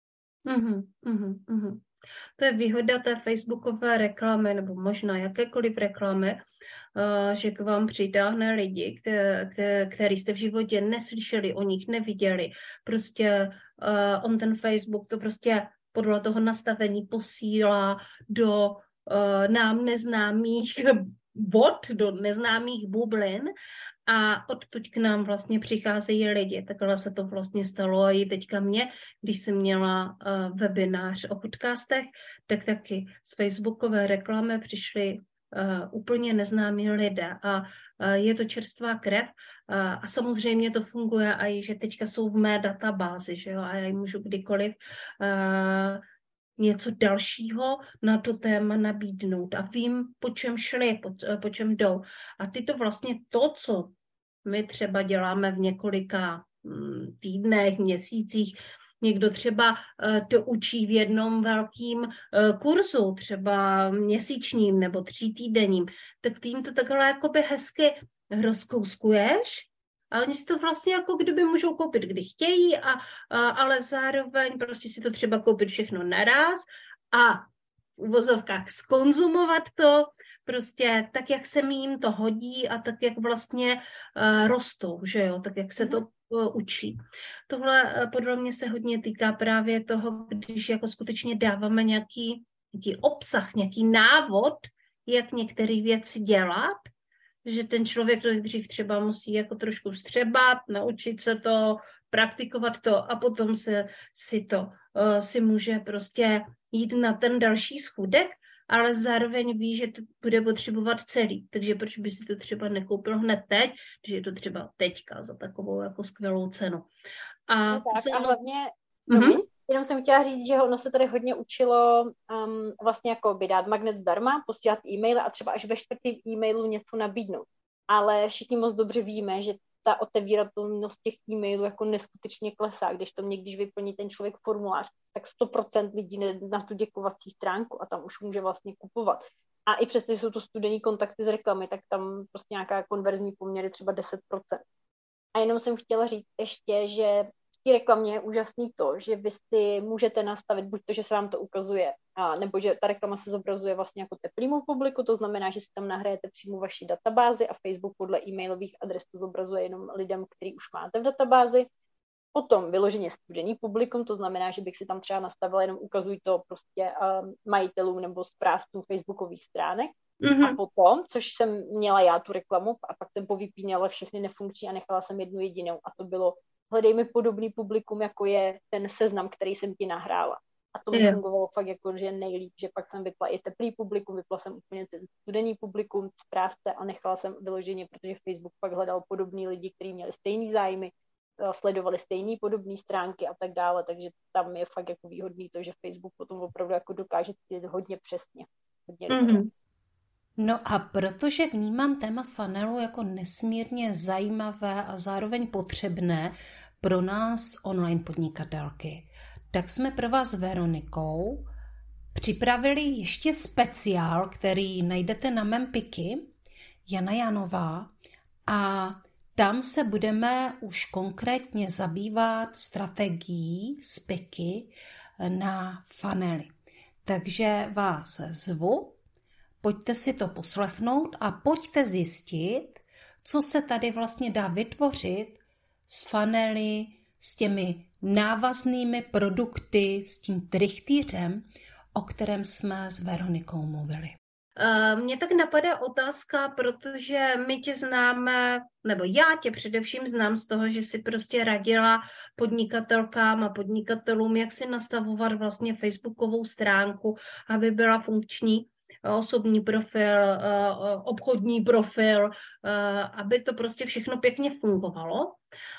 To je výhoda té facebookové reklamy, nebo možná jakékoliv reklamy, že k vám přitáhne lidi, který jste v životě neslyšeli, o nich neviděli. Prostě on ten Facebook to prostě podle toho nastavení posílá do nám neznámých vod, do neznámých bublin a odtud k nám vlastně přicházejí lidi. Takhle se to vlastně stalo i teďka mně, když jsem měla webinář o podcastech, tak taky z facebookové reklamy přišli úplně neznámí lidé a je to čerstvá krev a samozřejmě to funguje i, že teďka jsou v mé databázi, že jo, a já jim můžu kdykoliv něco dalšího na to téma nabídnout a vím, po čem šli, po čem jdou. A ty to vlastně to, co my třeba děláme v několika týdnech, měsících, někdo třeba to učí v jednom velkým kurzu, třeba měsíčním nebo 3týdenním, tak ty jim to takhle jakoby hezky rozkouskuješ a oni si to vlastně jako kdyby můžou koupit, kdy chtějí, ale zároveň prostě si to třeba koupit všechno naraz a v uvozovkách zkonzumovat to prostě tak, jak se mi jim to hodí a tak, jak vlastně rostou, že jo, tak, jak se to učí. Tohle podle mě se hodně týká právě toho, když jako skutečně dáváme nějaký obsah, nějaký návod, jak některé věci dělat, že ten člověk to dřív třeba musí jako trošku vstřebat, naučit se to, praktikovat to a potom si může prostě jít na ten další schůdek, ale zároveň ví, že to bude potřebovat celý. Takže proč by si to třeba nekoupil hned teď, že je to třeba teďka za takovou jako skvělou cenu. A hlavně, jenom jsem chtěla říct, že ono se tady hodně učilo vlastně jako by dát magnet zdarma, posílat e-maily a třeba až ve 4. e-mailu něco nabídnout. Ale všichni moc dobře víme, že ta otevíratelnost těch e-mailů jako neskutečně klesá, když vyplní ten člověk formulář, tak 100% lidí jde na tu děkovací stránku a tam už může vlastně kupovat. A i přesto, že jsou to studený kontakty z reklamy, tak tam prostě nějaká konverzní poměr je třeba 10%. A jenom jsem chtěla říct ještě, že v té reklamě je úžasný to, že vy si můžete nastavit buď to, že se vám to ukazuje, nebo že ta reklama se zobrazuje vlastně jako teplýmu publiku, to znamená, že si tam nahrajete přímo vaši databázi a Facebook podle e-mailových adres to zobrazuje jenom lidem, který už máte v databázi. Potom vyloženě studený publikum, to znamená, že bych si tam třeba nastavila jenom ukazuj to prostě majitelům nebo správcům facebookových stránek. A potom, což jsem měla já tu reklamu a pak jsem povypínala všechny nefunkční a nechala jsem jednu jedinou a to bylo hledej mi podobný publikum, jako je ten seznam, který jsem ti nahrála. A to mi fungovalo fakt jako, že nejlíp, že pak jsem vypla i teplý publikum, vypla jsem úplně ten studený publikum, správce a nechala jsem vyloženě, protože Facebook pak hledal podobný lidi, kteří měli stejný zájmy, sledovali stejné podobné stránky a tak dále, takže tam je fakt jako výhodný to, že Facebook potom opravdu jako dokáže cílit hodně přesně. Hodně dobře. No a protože vnímám téma funnelu jako nesmírně zajímavé a zároveň potřebné pro nás online podnikatelky, tak jsme pro vás s Veronikou připravili ještě speciál, který najdete na mém Piky, Jana Janová, a tam se budeme už konkrétně zabývat strategií z Piky na funnely. Takže vás zvu, pojďte si to poslechnout a pojďte zjistit, co se tady vlastně dá vytvořit s funnely, s těmi návaznými produkty, s tím trichtýřem, o kterém jsme s Veronikou mluvili. Mně tak napadá otázka, protože my tě známe, nebo já tě především znám z toho, že jsi prostě radila podnikatelkám a podnikatelům, jak si nastavovat vlastně facebookovou stránku, aby byla funkční, osobní profil, obchodní profil, aby to prostě všechno pěkně fungovalo.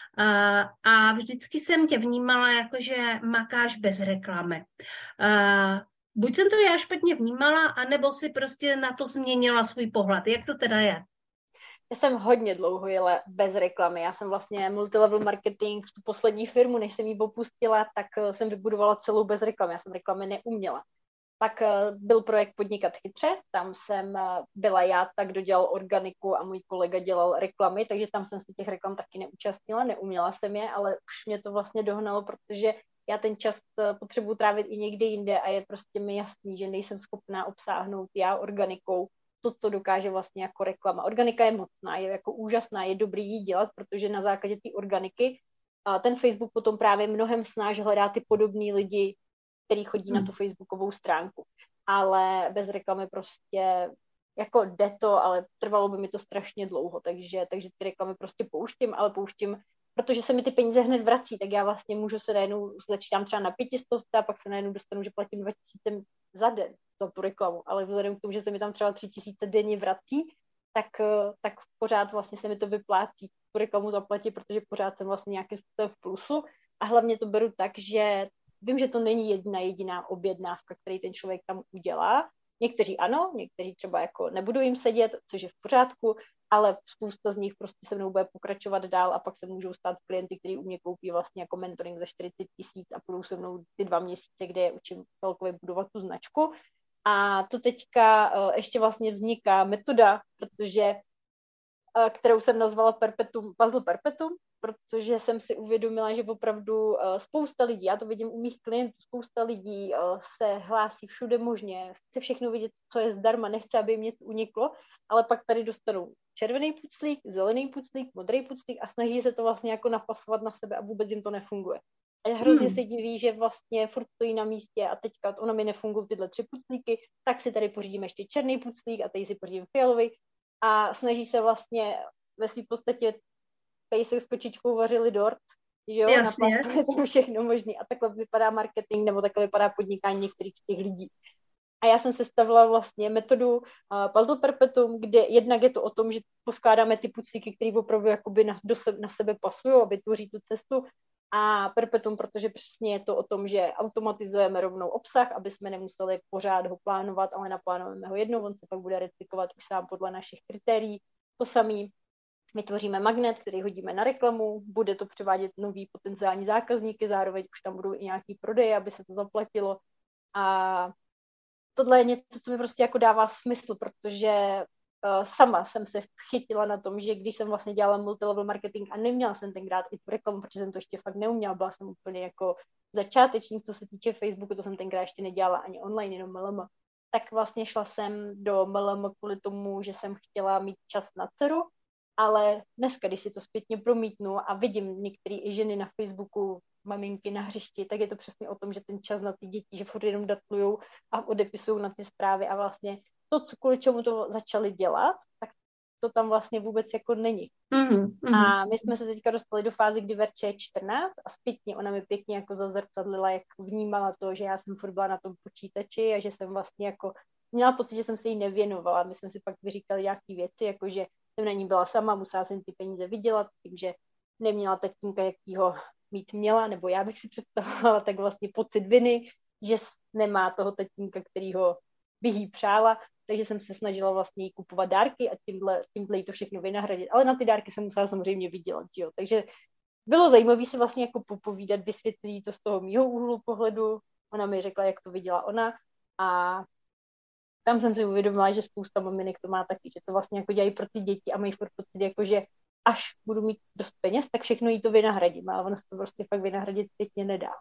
A vždycky jsem tě vnímala jako, že makáš bez reklamy. Buď jsem to já špatně vnímala, anebo si prostě na to změnila svůj pohled. Jak to teda je? Já jsem hodně dlouho jela bez reklamy. Já jsem vlastně multilevel marketing, tu poslední firmu, než jsem ji opustila, tak jsem vybudovala celou bez reklamy. Já jsem reklamy neuměla. Pak byl projekt Podnikat chytře, tam jsem byla já, tak kdo dělal organiku a můj kolega dělal reklamy, takže tam jsem se těch reklam taky neúčastnila, neuměla jsem je, ale už mě to vlastně dohnalo, protože já ten čas potřebuji trávit i někde jinde a je prostě mi jasný, že nejsem schopná obsáhnout já organikou to, co dokáže vlastně jako reklama. Organika je mocná, je jako úžasná, je dobrý jí dělat, protože na základě té organiky ten Facebook potom právě mnohem snáž hledá ty podobný lidi, který chodí na tu facebookovou stránku. Ale bez reklamy prostě jako jde to, ale trvalo by mi to strašně dlouho, takže ty reklamy prostě pouštím, protože se mi ty peníze hned vrací, tak já vlastně můžu se najednou, začítám třeba na 500 a pak se najednou dostanu, že platím 2000 za den za tu reklamu, ale vzhledem k tomu, že se mi tam třeba 3000 denně vrací, tak pořád vlastně se mi to vyplácí tu reklamu zaplatit, protože pořád jsem vlastně nějakým způsobem v plusu a hlavně to beru tak, že vím, že to není jedna jediná objednávka, který ten člověk tam udělá. Někteří ano, někteří třeba jako nebudu jim sedět, což je v pořádku, ale spousta z nich prostě se mnou bude pokračovat dál a pak se můžou stát klienty, kteří u mě koupí vlastně jako mentoring za 40 000 a půjdou se mnou ty 2 měsíce, kde je učím celkově budovat tu značku. A to teďka ještě vlastně vzniká metoda, kterou jsem nazvala Puzzle Perpetuum, protože jsem si uvědomila, že opravdu spousta lidí, já to vidím u mých klientů, spousta lidí se hlásí všude možně, chce všechno vidět, co je zdarma, nechce, aby jim něco uniklo, ale pak tady dostanou červený puclík, zelený puclík, modrý puclík a snaží se to vlastně jako napasovat na sebe a vůbec jim to nefunguje. A hrozně se diví, že vlastně furt stojí na místě a teďka ono mi nefungují tyhle 3 puclíky, tak si tady pořídím ještě černý puclík a tady si pořídím fialový a snaží se vlastně ve své podstatě pejsek s kočičkou vařili dort, jo, naplánuje tam všechno možné a takhle vypadá marketing nebo takhle vypadá podnikání některých z těch lidí. A já jsem sestavila vlastně metodu Puzzle Perpetuum, kde jednak je to o tom, že poskládáme ty puclíky, které opravdu jakoby na sebe pasují a vytvoří tu cestu. A Perpetuum, protože přesně je to o tom, že automatizujeme rovnou obsah, aby jsme nemuseli pořád ho plánovat, ale naplánujeme ho jednou, on se pak bude recyklovat už sám podle našich kritérií. To samé vytvoříme magnet, který hodíme na reklamu, bude to přivádět nový potenciální zákazníky, zároveň už tam budou i nějaký prodeje, aby se to zaplatilo. A tohle je něco, co mi prostě jako dává smysl, protože sama jsem se chytila na tom, že když jsem vlastně dělala multilevel marketing a neměla jsem tenkrát i tu reklamu, protože jsem to ještě fakt neuměla, byla jsem úplně jako začátečník, co se týče Facebooku, to jsem tenkrát ještě nedělala ani online, jenom MLM. Tak vlastně šla jsem do MLM kvůli tomu, že jsem chtěla mít čas na dceru, ale dneska, když si to zpětně promítnu a vidím některé i ženy na Facebooku, maminky na hřišti, tak je to přesně o tom, že ten čas na ty děti, že furt jenom datlujou a odepisují na ty zprávy a vlastně to, kvůli čemu to začali dělat, tak to tam vlastně vůbec jako není. A my jsme se teďka dostali do fáze, kdy Verče je 14 a zpětně ona mi pěkně jako zazrcadlila, jak vnímala to, že já jsem furt byla na tom počítači a že jsem vlastně jako měla pocit, že jsem se jí nevěnovala. My jsme si pak vyříkali nějaké věci, jako že jsem na ní byla sama, musela jsem ty peníze vydělat, tím, že neměla tatínka, jakýho mít měla, nebo já bych si představovala, tak vlastně pocit viny, že nemá toho tatínka, kterýho bych jí přála, takže jsem se snažila vlastně jí kupovat dárky a tímhle jí to všechno vynahradit. Ale na ty dárky jsem musela samozřejmě vydělat, jo. Takže bylo zajímavé si vlastně jako popovídat, vysvětlit to z toho mýho úhlu pohledu. Ona mi řekla, jak to viděla ona a tam jsem si uvědomila, že spousta maminek to má taky, že to vlastně jako dělají pro ty děti a mají furt pocit, jako že až budu mít dost peněz, tak všechno jí to vynahradím, ale ono se to prostě fakt vynahradit zpětně nedá.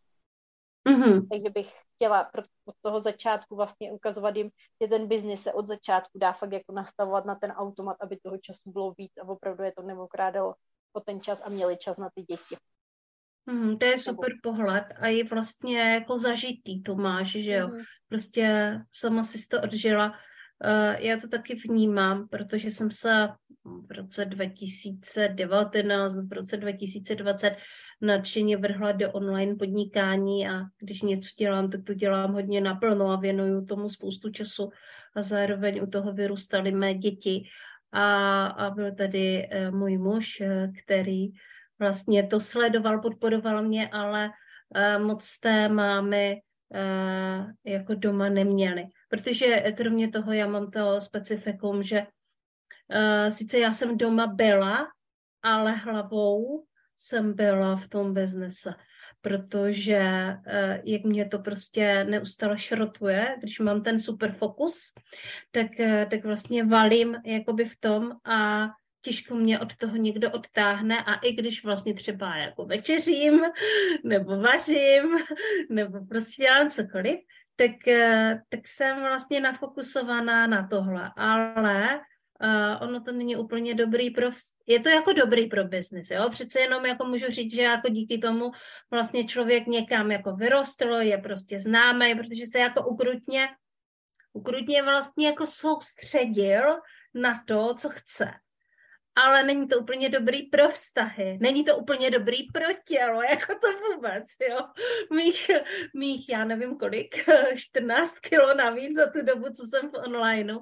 Takže bych chtěla od toho začátku vlastně ukazovat jim, že ten biznis se od začátku dá fakt jako nastavovat na ten automat, aby toho času bylo víc a opravdu je to neokrádalo o ten čas a měli čas na ty děti. To je super pohled a je vlastně jako zažitý to máš, že jo. Prostě sama si to odžila. Já to taky vnímám, protože jsem se v roce 2019, v roce 2020 nadšeně vrhla do online podnikání a když něco dělám, tak to dělám hodně naplno a věnuju tomu spoustu času a zároveň u toho vyrůstaly mé děti a byl tady můj muž, který vlastně to sledoval, podporoval mě, ale moc té mámy jako doma neměli. Protože kromě toho já mám to specifikum, že sice já jsem doma byla, ale hlavou jsem byla v tom biznese, protože jak mě to prostě neustále šrotuje, když mám ten super fokus, tak vlastně valím jakoby v tom a těžko mě od toho někdo odtáhne a i když vlastně třeba jako večeřím nebo vařím nebo prostě dělám cokoliv, tak jsem vlastně nafokusovaná na tohle, ale ono to není úplně dobrý je to jako dobrý pro biznis, jo, přece jenom jako můžu říct, že jako díky tomu vlastně člověk někam jako vyrostl, je prostě známý, protože se jako ukrutně vlastně jako soustředil na to, co chce. Ale není to úplně dobrý pro vztahy, není to úplně dobrý pro tělo, jako to vůbec, jo. Mých já nevím kolik, 14 kilo navíc za tu dobu, co jsem v onlineu.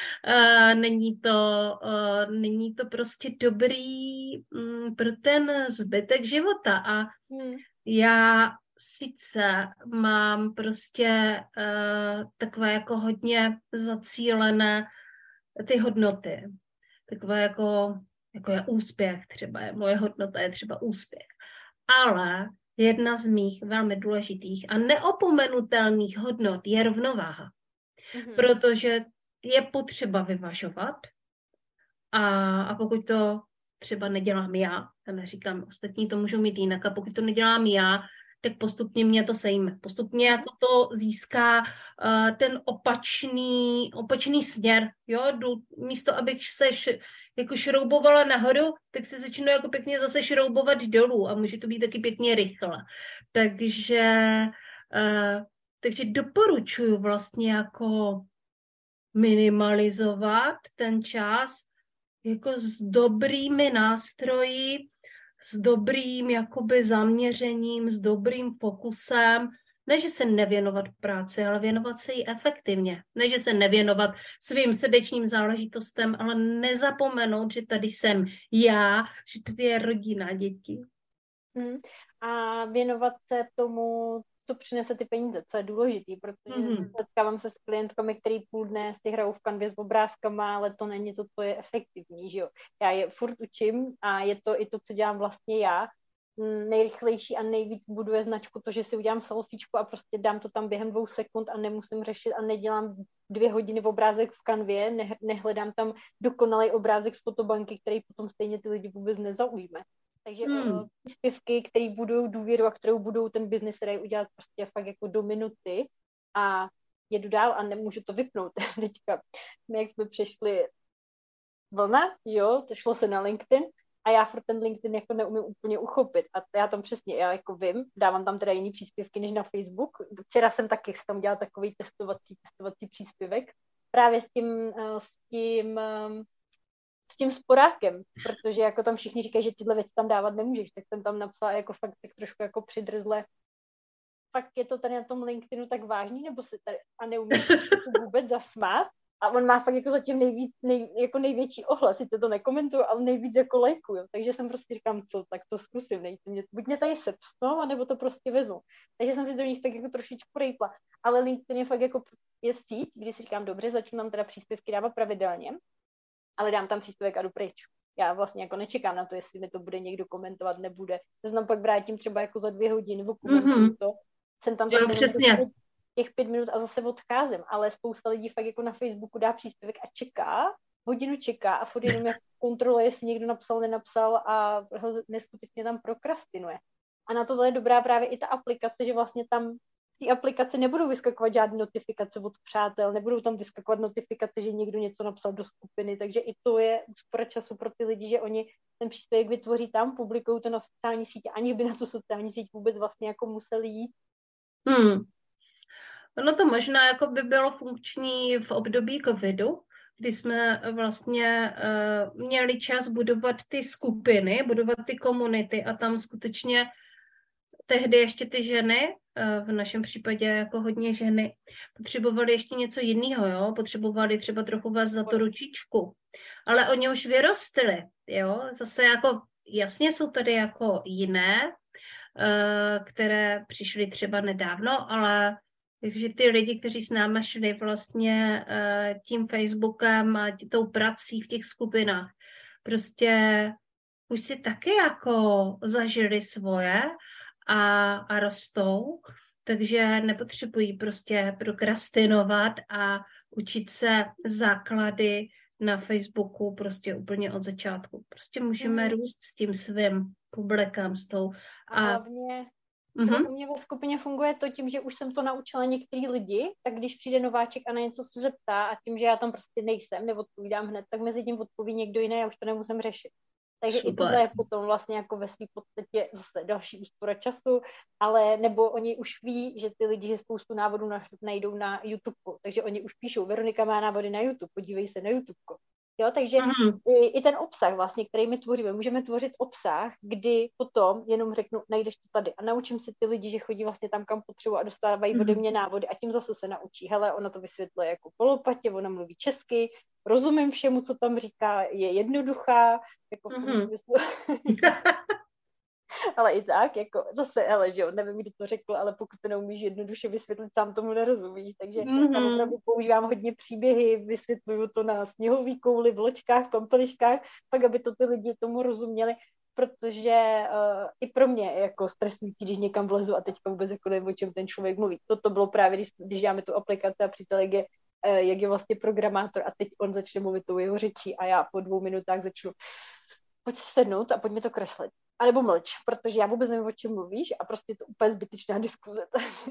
Není to prostě dobrý pro ten zbytek života a já sice mám prostě takové jako hodně zacílené ty hodnoty, takové jako je úspěch třeba, moje hodnota je třeba úspěch. Ale jedna z mých velmi důležitých a neopomenutelných hodnot je rovnováha. Protože je potřeba vyvažovat a pokud to třeba nedělám já neříkám, ostatní to můžou mít jinak, a pokud to nedělám já, tak postupně mě to sejme. Postupně jako to získá ten opačný směr. Jo? Místo, abych se jako šroubovala nahoru, tak se začnu jako pěkně zase šroubovat dolů a může to být taky pěkně rychle. Takže doporučuji vlastně jako minimalizovat ten čas jako s dobrými nástroji, s dobrým jakoby zaměřením, s dobrým fokusem, ne, že se nevěnovat práci, ale věnovat se jí efektivně. Ne, že se nevěnovat svým srdečním záležitostem, ale nezapomenout, že tady jsem já, že tady je rodina, děti. A věnovat se tomu, co přinese ty peníze, co je důležitý, protože setkávám se s klientkami, který půl dne si hrajou v kanvě s obrázkama, ale to není to, co je efektivní, že jo. Já je furt učím a je to i to, co dělám vlastně já. Nejrychlejší a nejvíc buduje značku to, že si udělám selfiečku a prostě dám to tam během 2 sekund a nemusím řešit a nedělám 2 hodiny v obrázek v kanvě, nehledám tam dokonalý obrázek z fotobanky, který potom stejně ty lidi vůbec nezaujme. Takže příspěvky, které budou důvěru a kterou budou ten business radí udělat prostě fakt jako do minuty a jedu dál a nemůžu to vypnout. Teďka, jak jsme přešli vlna, jo, to šlo se na LinkedIn a já furt ten LinkedIn jako neumím úplně uchopit a já tam přesně, já jako vím, dávám tam teda jiný příspěvky než na Facebook. Včera jsem taky tam dělala takový testovací příspěvek právě s tím sporákem, protože jako tam všichni říkají, že tyhle věci tam dávat nemůžeš, tak jsem tam napsala jako fakt tak trošku jako přidrzle. Fakt je to tady na tom LinkedInu tak vážný, nebo se tady a neumíš vůbec zasmát? A on má fakt jako zatím jako největší ohlas, sice to nekomentuju, ale nejvíc jako lajkuju. Takže jsem prostě říkám, co, tak to zkusím, buď mě tady sepsnou, anebo to prostě vezmu. Takže jsem si do nich tak jako trošičku rejpla. Ale LinkedIn je fakt jako je síť, kdy si říkám, dobře, začnu tam teda příspěvky dávat pravidelně, ale dám tam příspěvek a jdu pryč. Já vlastně jako nečekám na to, jestli mi to bude někdo komentovat, nebude. Znám pak vrátím třeba jako za 2 hodiny, komentuju to. Jsem tam zase těch 5 minut a zase odcházím, ale spousta lidí fakt jako na Facebooku dá příspěvek a čeká, hodinu čeká a furt jenom jak kontroluje, jestli někdo napsal, nenapsal a neskutečně tam prokrastinuje. A na tohle je dobrá právě i ta aplikace, že vlastně tam v té aplikaci nebudou vyskakovat žádné notifikace od přátel, nebudou tam vyskakovat notifikace, že někdo něco napsal do skupiny, takže i to je úspora času pro ty lidi, že oni ten příspěvek vytvoří tam, publikují to na sociální sítě, aniž by na tu sociální síť vůbec vlastně jako museli jít. Ono to možná jako by bylo funkční v období covidu, kdy jsme vlastně měli čas budovat ty skupiny, budovat ty komunity a tam skutečně tehdy ještě ty ženy, v našem případě jako hodně ženy, potřebovali ještě něco jiného, jo? Potřebovali třeba trochu vás za tu ručičku, ale oni už vyrostli, jo? Zase jako jasně jsou tady jako jiné, které přišly třeba nedávno, ale takže ty lidi, kteří s námi šli vlastně tím Facebookem a tou prací v těch skupinách, prostě už si taky jako zažili svoje a rostou, takže nepotřebují prostě prokrastinovat a učit se základy na Facebooku prostě úplně od začátku. Prostě můžeme růst s tím svým publikem, s tou. A hlavně třeba u mě ve skupině funguje to tím, že už jsem to naučila některý lidi, tak když přijde nováček a na něco se zeptá a tím, že já tam prostě nejsem, neodpovídám hned, tak mezi tím odpoví někdo jiný a už to nemusím řešit. Takže super. I tohle je potom vlastně jako ve svým podstatě zase další úspora času, ale nebo oni už ví, že ty lidi, že spoustu návodů najdou na YouTube, takže oni už píšou, Veronika má návody na YouTube, podívej se na YouTube. Jo, takže i ten obsah vlastně, který my tvoříme, můžeme tvořit obsah, kdy potom jenom řeknu, najdeš to tady a naučím si ty lidi, že chodí vlastně tam, kam potřebují a dostávají ode mě návody a tím zase se naučí. Hele, ona to vysvětluje jako polopatě, ona mluví česky, rozumím všemu, co tam říká, je jednoduchá, jako v tom smyslu. Ale i tak, jako zase, hele, že jo, nevím, kdo to řekl, ale pokud to neumíš jednoduše vysvětlit, sám tomu nerozumíš, takže tam opravdu používám hodně příběhy, vysvětluju to na sněhový kouli, vločkách, pampeliškách, tak, aby to ty lidi tomu rozuměli, protože i pro mě je jako stresující, když někam vlezu a teďka vůbec jako nevím, o čem ten člověk mluví. Toto bylo právě, když děláme tu aplikaci a přítel, jak je vlastně programátor a teď on začne mluvit tou jeho řečí a já po 2 minutách začnu pojď sednout a pojď mi to kreslit. A nebo mlč, protože já vůbec nevím, o čem mluvíš a prostě je to úplně zbytečná diskuze.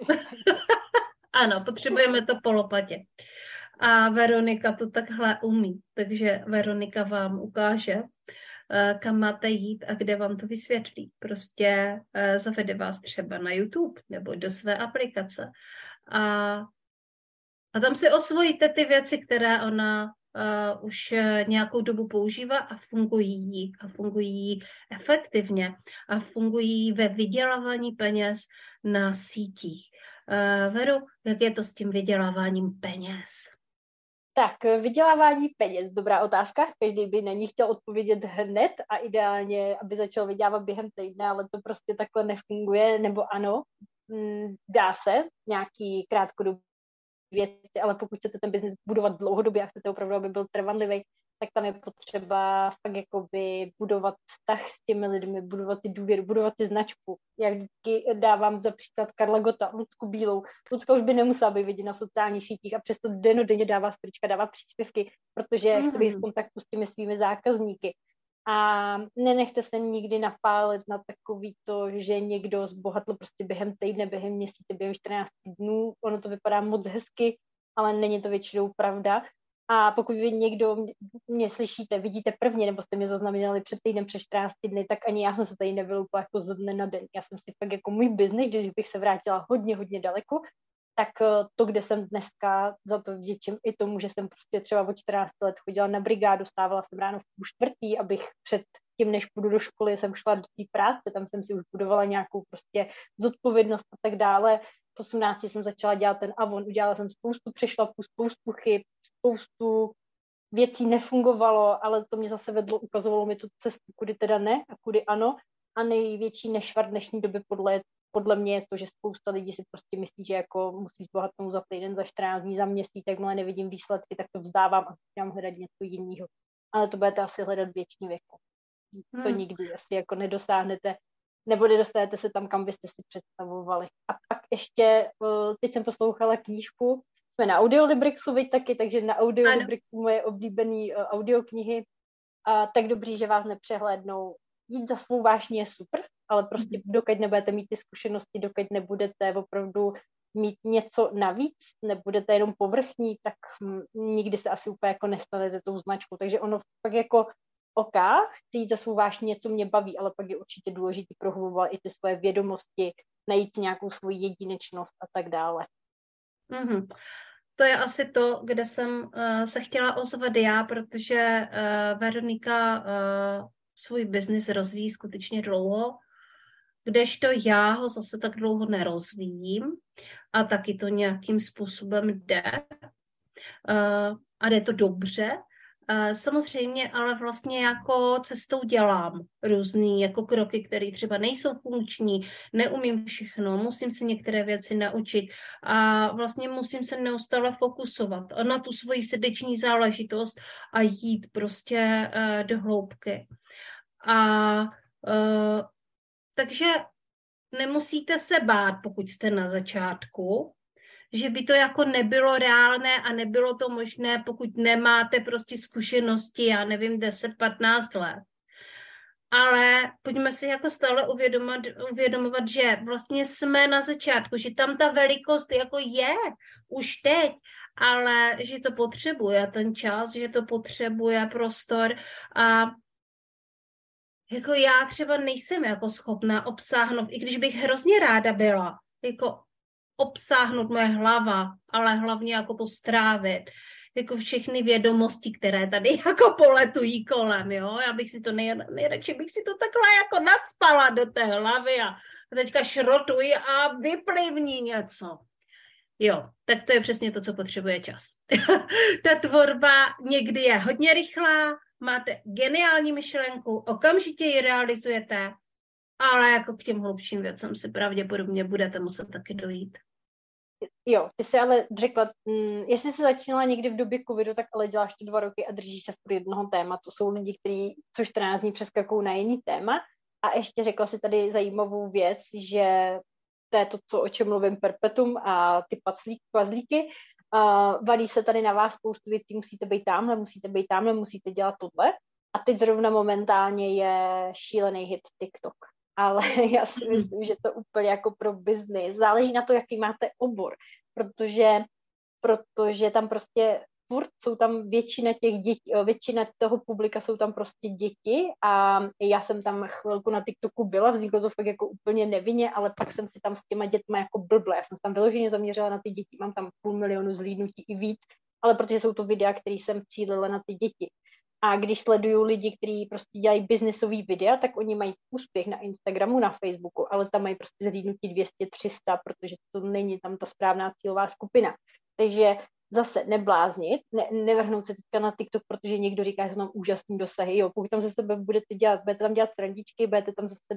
Ano, potřebujeme to po lopatě. A Veronika to takhle umí, takže Veronika vám ukáže, kam máte jít a kde vám to vysvětlí. Prostě zavede vás třeba na YouTube nebo do své aplikace a tam si osvojíte ty věci, které ona už nějakou dobu používá a fungují efektivně a fungují ve vydělávání peněz na sítích. Veru, jak je to s tím vyděláváním peněz? Tak, vydělávání peněz, dobrá otázka. Každý by na ní chtěl odpovědět hned a ideálně, aby začal vydělávat během týdne, ale to prostě takhle nefunguje, nebo ano, dá se nějaký krátkodobý věci, ale pokud chcete ten biznis budovat dlouhodobě a chcete opravdu, aby byl trvanlivý, tak tam je potřeba fakt jakoby budovat vztah s těmi lidmi, budovat si důvěru, budovat si značku. Já vždycky dávám za příklad Karla Gotta, Lucku Bílou. Lucka už by nemusela být vidět na sociálních sítích a přesto dennodenně dává storička, dává příspěvky, protože chce být v kontaktu s těmi svými zákazníky. A nenechte se nikdy napálit na takový to, že někdo zbohatl prostě během týdne, během měsíce, během 14 dnů. Ono to vypadá moc hezky, ale není to většinou pravda. A pokud vy někdo mě slyšíte, vidíte prvně, nebo jste mě zaznamenali před týdnem, před 14 dny, tak ani já jsem se tady nevyloupila jako ze dne na den. Já jsem si fakt jako můj biznis, když bych se vrátila hodně daleko, tak to, kde jsem dneska, za to vděčím i tomu, že jsem prostě třeba od 14 let chodila na brigádu, stávala jsem ráno v 3:30, abych před tím, než půjdu do školy, jsem šla do té práce, tam jsem si už budovala nějakou prostě zodpovědnost a tak dále. V 18 jsem začala dělat ten Avon, udělala jsem spoustu přešlapů, spoustu chyb, spoustu věcí nefungovalo, ale to mě zase vedlo, ukazovalo mi tu cestu, kudy teda ne a kudy ano. A největší nešvar dnešní doby podle mě je to, že spousta lidí si prostě myslí, že jako musí zbohatnout za týden, za 14 dní, za měsíc, jakmile nevidím výsledky, tak to vzdávám a začínám hledat něco jiného. Ale to budete asi hledat věčný věku. To nikdy, jestli jako nedosáhnete, nebo nedostanete se tam, kam byste si představovali. A pak ještě, teď jsem poslouchala knížku, jsme na Audiolibrixu, taky, takže na Audiolibrixu moje oblíbené audioknihy. A tak dobří, že vás nepřehlédnou. Jít za svou vášní je super, ale prostě dokud nebudete mít ty zkušenosti, dokud nebudete opravdu mít něco navíc, nebudete jenom povrchní, tak nikdy se asi úplně jako nestanete tou značkou. Takže ono pak jako chci jít za svou vášní, něco mě baví, ale pak je určitě důležité prohlubovat i ty svoje vědomosti, najít nějakou svoji jedinečnost a tak dále. Mm-hmm. To je asi to, kde jsem se chtěla ozvat já, protože Veronika svůj biznis rozvíjí skutečně dlouho, kdežto já ho zase tak dlouho nerozvíjím a taky to nějakým způsobem jde. A jde to dobře. Samozřejmě, ale vlastně jako cestou dělám různý jako kroky, které třeba nejsou funkční, neumím všechno, musím si některé věci naučit a vlastně musím se neustále fokusovat na tu svoji srdeční záležitost a jít prostě do hloubky. Takže nemusíte se bát, pokud jste na začátku, že by to jako nebylo reálné a nebylo to možné, pokud nemáte prostě zkušenosti, já nevím, 10-15 let. Ale pojďme si jako stále uvědomovat, že vlastně jsme na začátku, že tam ta velikost jako je už teď, ale že to potřebuje ten čas, že to potřebuje prostor a jako já třeba nejsem jako schopná obsáhnout, i když bych hrozně ráda byla, jako obsáhnout moje hlava, ale hlavně jako to strávit, jako všechny vědomosti, které tady jako poletují kolem, jo, já bych si to nejradši bych si to takhle jako nacpala do té hlavy a teďka šrotuji a vyplivní něco. Jo, tak to je přesně to, co potřebuje čas. Ta tvorba někdy je hodně rychlá, máte geniální myšlenku, okamžitě ji realizujete, ale jako k těm hlubším věcem si pravděpodobně budete muset taky dojít. Jo, ty jsi ale řekla, jestli jsi začínala někdy v době covidu, tak ale děláš to 2 roky a držíš se v jednoho tématu. Jsou lidi, kteří co 14 dní přeskakují na jiný téma. A ještě řekla si tady zajímavou věc, že to je to, o čem mluvím perpetuum a ty pazlíky. Valí se tady na vás spoustu věcí, musíte být tamhle, musíte dělat tohle. A teď zrovna momentálně je šílený hit TikTok. Ale já si myslím, že to úplně jako pro biznis. Záleží na to, jaký máte obor, protože tam prostě furt jsou tam většina těch dětí, většina toho publika jsou tam prostě děti a já jsem tam chvilku na TikToku byla, vzniklo to fakt jako úplně nevinně, ale pak jsem si tam s těma dětma jako blbla. Já jsem se tam vyloženě zaměřila na ty děti, mám tam 500 000 zhlídnutí i víc, ale protože jsou to videa, které jsem cílila na ty děti. A když sleduju lidi, kteří prostě dělají biznesový videa, tak oni mají úspěch na Instagramu, na Facebooku, ale tam mají prostě zhlídnutí 200-300, protože to není tam ta správná cílová skupina. Takže zase nebláznit, nevrhnout se teďka na TikTok, protože někdo říká, že jsou tam úžasný dosahy. Jo, pokud tam ze sebe budete tam dělat srandičky, budete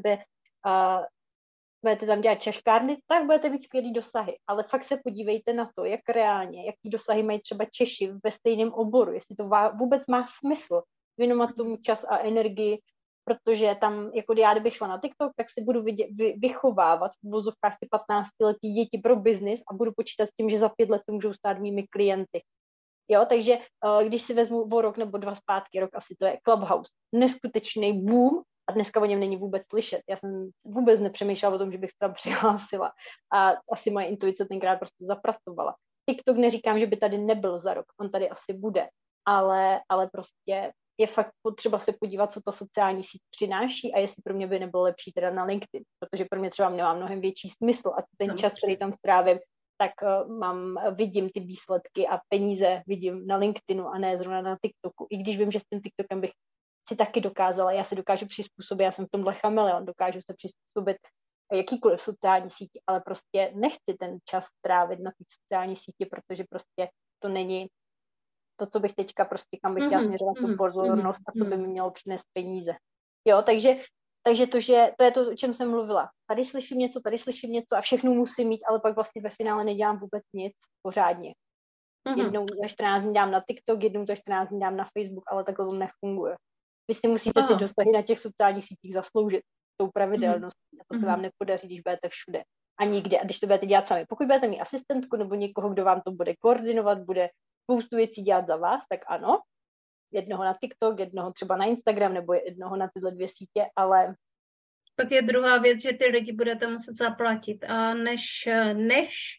tam dělat češkárny, tak budete mít skvělý dosahy. Ale fakt se podívejte na to, jak reálně, jaký dosahy mají třeba Češi ve stejném oboru, jestli to vůbec má smysl věnovat tomu čas a energii, protože tam, jako já kdybych šla na TikTok, tak si budu vychovávat v vozovkách ty 15letí děti pro biznis a budu počítat s tím, že za 5 let to můžou stát mými klienty. Jo, takže když si vezmu o rok nebo 2 zpátky, rok asi to je Clubhouse, neskutečný boom a dneska o něm není vůbec slyšet. Já jsem vůbec nepřemýšlela o tom, že bych se tam přihlásila a asi moje intuice tenkrát prostě zapracovala. TikTok neříkám, že by tady nebyl za rok, on tady asi bude, ale prostě je fakt potřeba se podívat, co ta sociální síť přináší a jestli pro mě by nebylo lepší teda na LinkedIn, protože pro mě třeba nemá mnohem větší smysl a ten čas, který tam strávím, tak vidím ty výsledky a peníze vidím na LinkedInu a ne zrovna na TikToku. I když vím, že s tím TikTokem bych si taky dokázala, já se dokážu přizpůsobit, já jsem v tomhle chameleon, dokážu se přizpůsobit jakýkoliv sociální síti, ale prostě nechci ten čas trávit na té sociální síti, protože prostě to není to, co bych teďka prostě, kam bych chtěla směřovat tu pozornost a to by mi mělo přinést peníze. Jo, takže to je to, o čem jsem mluvila. Tady slyším něco a všechno musím mít, ale pak vlastně ve finále nedělám vůbec nic pořádně. Jednou za 14 dní dám na TikTok, jednou za 14 dní dám na Facebook, ale takhle to nefunguje. Vy si musíte ty dosahy na těch sociálních sítích zasloužit tou pravidelností a to se vám nepodaří, když budete všude a nikde. A když to budete dělat sami. Pokud budete mít asistentku nebo někoho, kdo vám to bude koordinovat, bude spoustu věcí dělat za vás, tak ano, jednoho na TikTok, jednoho třeba na Instagram nebo jednoho na tyhle 2 sítě, ale... Pak je druhá věc, že ty lidi budete muset zaplatit a než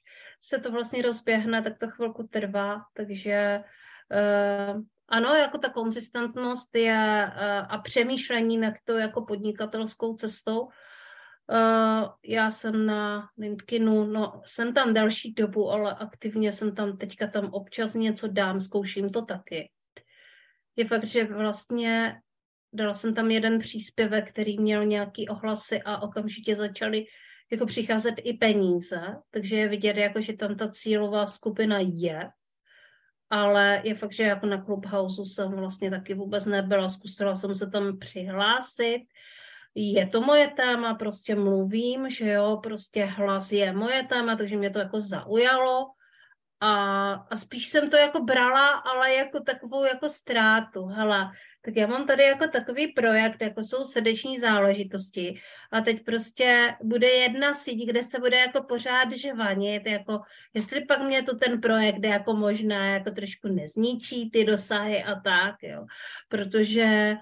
se to vlastně rozběhne, tak to chvilku trvá, takže ano, jako ta konzistentnost je a přemýšlení nad to jako podnikatelskou cestou. Já jsem na LinkedInu, jsem tam delší dobu, ale aktivně jsem tam teďka občas něco dám, zkouším to taky. Je fakt, že vlastně dala jsem tam jeden příspěvek, který měl nějaký ohlasy a okamžitě začaly jako přicházet i peníze, takže je vidět, jako, že tam ta cílová skupina je, ale je fakt, že jako na Clubhouse jsem vlastně taky vůbec nebyla, zkusila jsem se tam přihlásit, je to moje téma, prostě mluvím, že jo, prostě hlas je moje téma, takže mě to jako zaujalo a spíš jsem to jako brala, ale jako takovou jako ztrátu, hele, tak já mám tady jako takový projekt, jako jsou srdeční záležitosti a teď prostě bude jedna síť, kde se bude jako pořád žvanit, jako jestli pak mě to ten projekt jako možná jako trošku nezničí ty dosahy a tak, jo, protože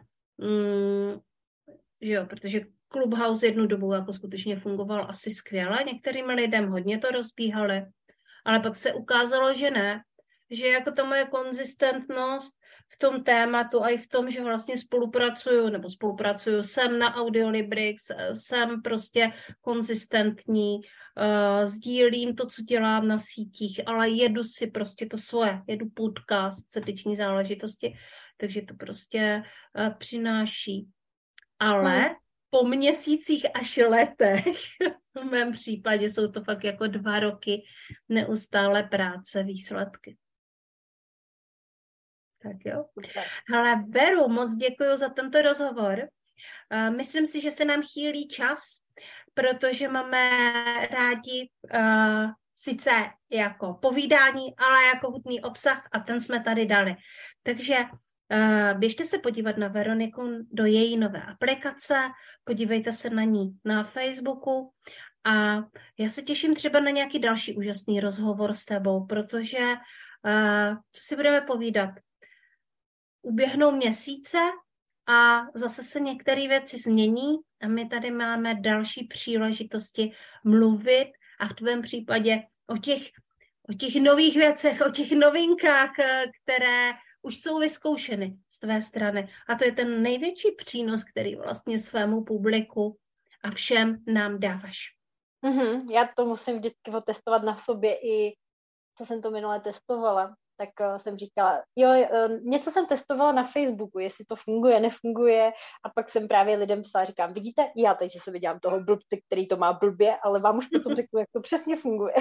Clubhouse jednu dobu jako skutečně fungoval asi skvěle, některým lidem hodně to rozbíhali, ale pak se ukázalo, že ne, že jako ta moje konzistentnost v tom tématu a i v tom, že vlastně spolupracuju, jsem na Audiolibrix, jsem prostě konzistentní, sdílím to, co dělám na sítích, ale jedu si prostě to svoje, jedu podcast, srdeční záležitosti, takže to prostě přináší. Ale po měsících až letech, v mém případě jsou to fakt jako 2 roky neustále práce, výsledky. Tak jo. Ale Veru, moc děkuji za tento rozhovor. Myslím si, že se nám chýlí čas, protože máme rádi sice jako povídání, ale jako hudný obsah a ten jsme tady dali. Takže běžte se podívat na Veroniku do její nové aplikace, podívejte se na ní na Facebooku a já se těším třeba na nějaký další úžasný rozhovor s tebou, protože co si budeme povídat? Uběhnou měsíce a zase se některé věci změní a my tady máme další příležitosti mluvit a v tvém případě o těch nových věcech, o těch novinkách, které už jsou vyzkoušeny z tvé strany. A to je ten největší přínos, který vlastně svému publiku a všem nám dáváš. Já to musím vždycky otestovat na sobě i, co jsem to minule testovala. Tak jsem říkala, něco jsem testovala na Facebooku, jestli to funguje, nefunguje a pak jsem právě lidem psala, říkám, vidíte, já tady si sebe dělám toho blbce, který to má blbě, ale vám už potom řeknu, jak to přesně funguje.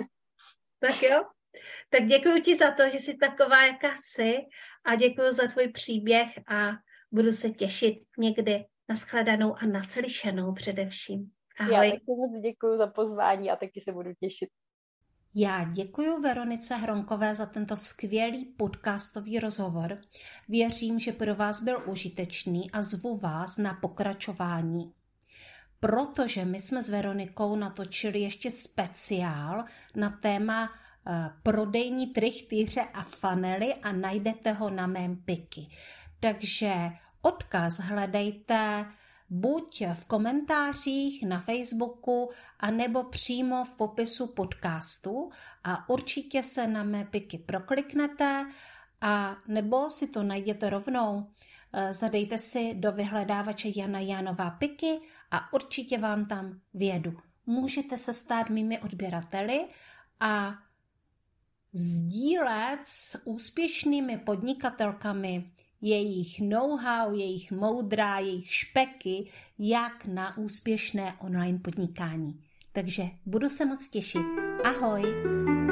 Tak jo. Tak děkuji ti za to, že jsi taková, jaká jsi a děkuji za tvůj příběh a budu se těšit někdy na shledanou a naslyšenou především. Ahoj. Já taky moc děkuji za pozvání a taky se budu těšit. Já děkuji Veronice Hronkové za tento skvělý podcastový rozhovor. Věřím, že pro vás byl užitečný a zvu vás na pokračování. Protože my jsme s Veronikou natočili ještě speciál na téma prodejní trichtýře a fanely a najdete ho na mém Piky. Takže odkaz hledejte buď v komentářích na Facebooku, anebo přímo v popisu podcastu a určitě se na mé Piky prokliknete a nebo si to najděte rovnou. Zadejte si do vyhledávače Jana Jánová Piky a určitě vám tam vědu. Můžete se stát mými odběrateli a sdílet s úspěšnými podnikatelkami jejich know-how, jejich moudra, jejich špeky, jak na úspěšné online podnikání. Takže budu se moc těšit. Ahoj!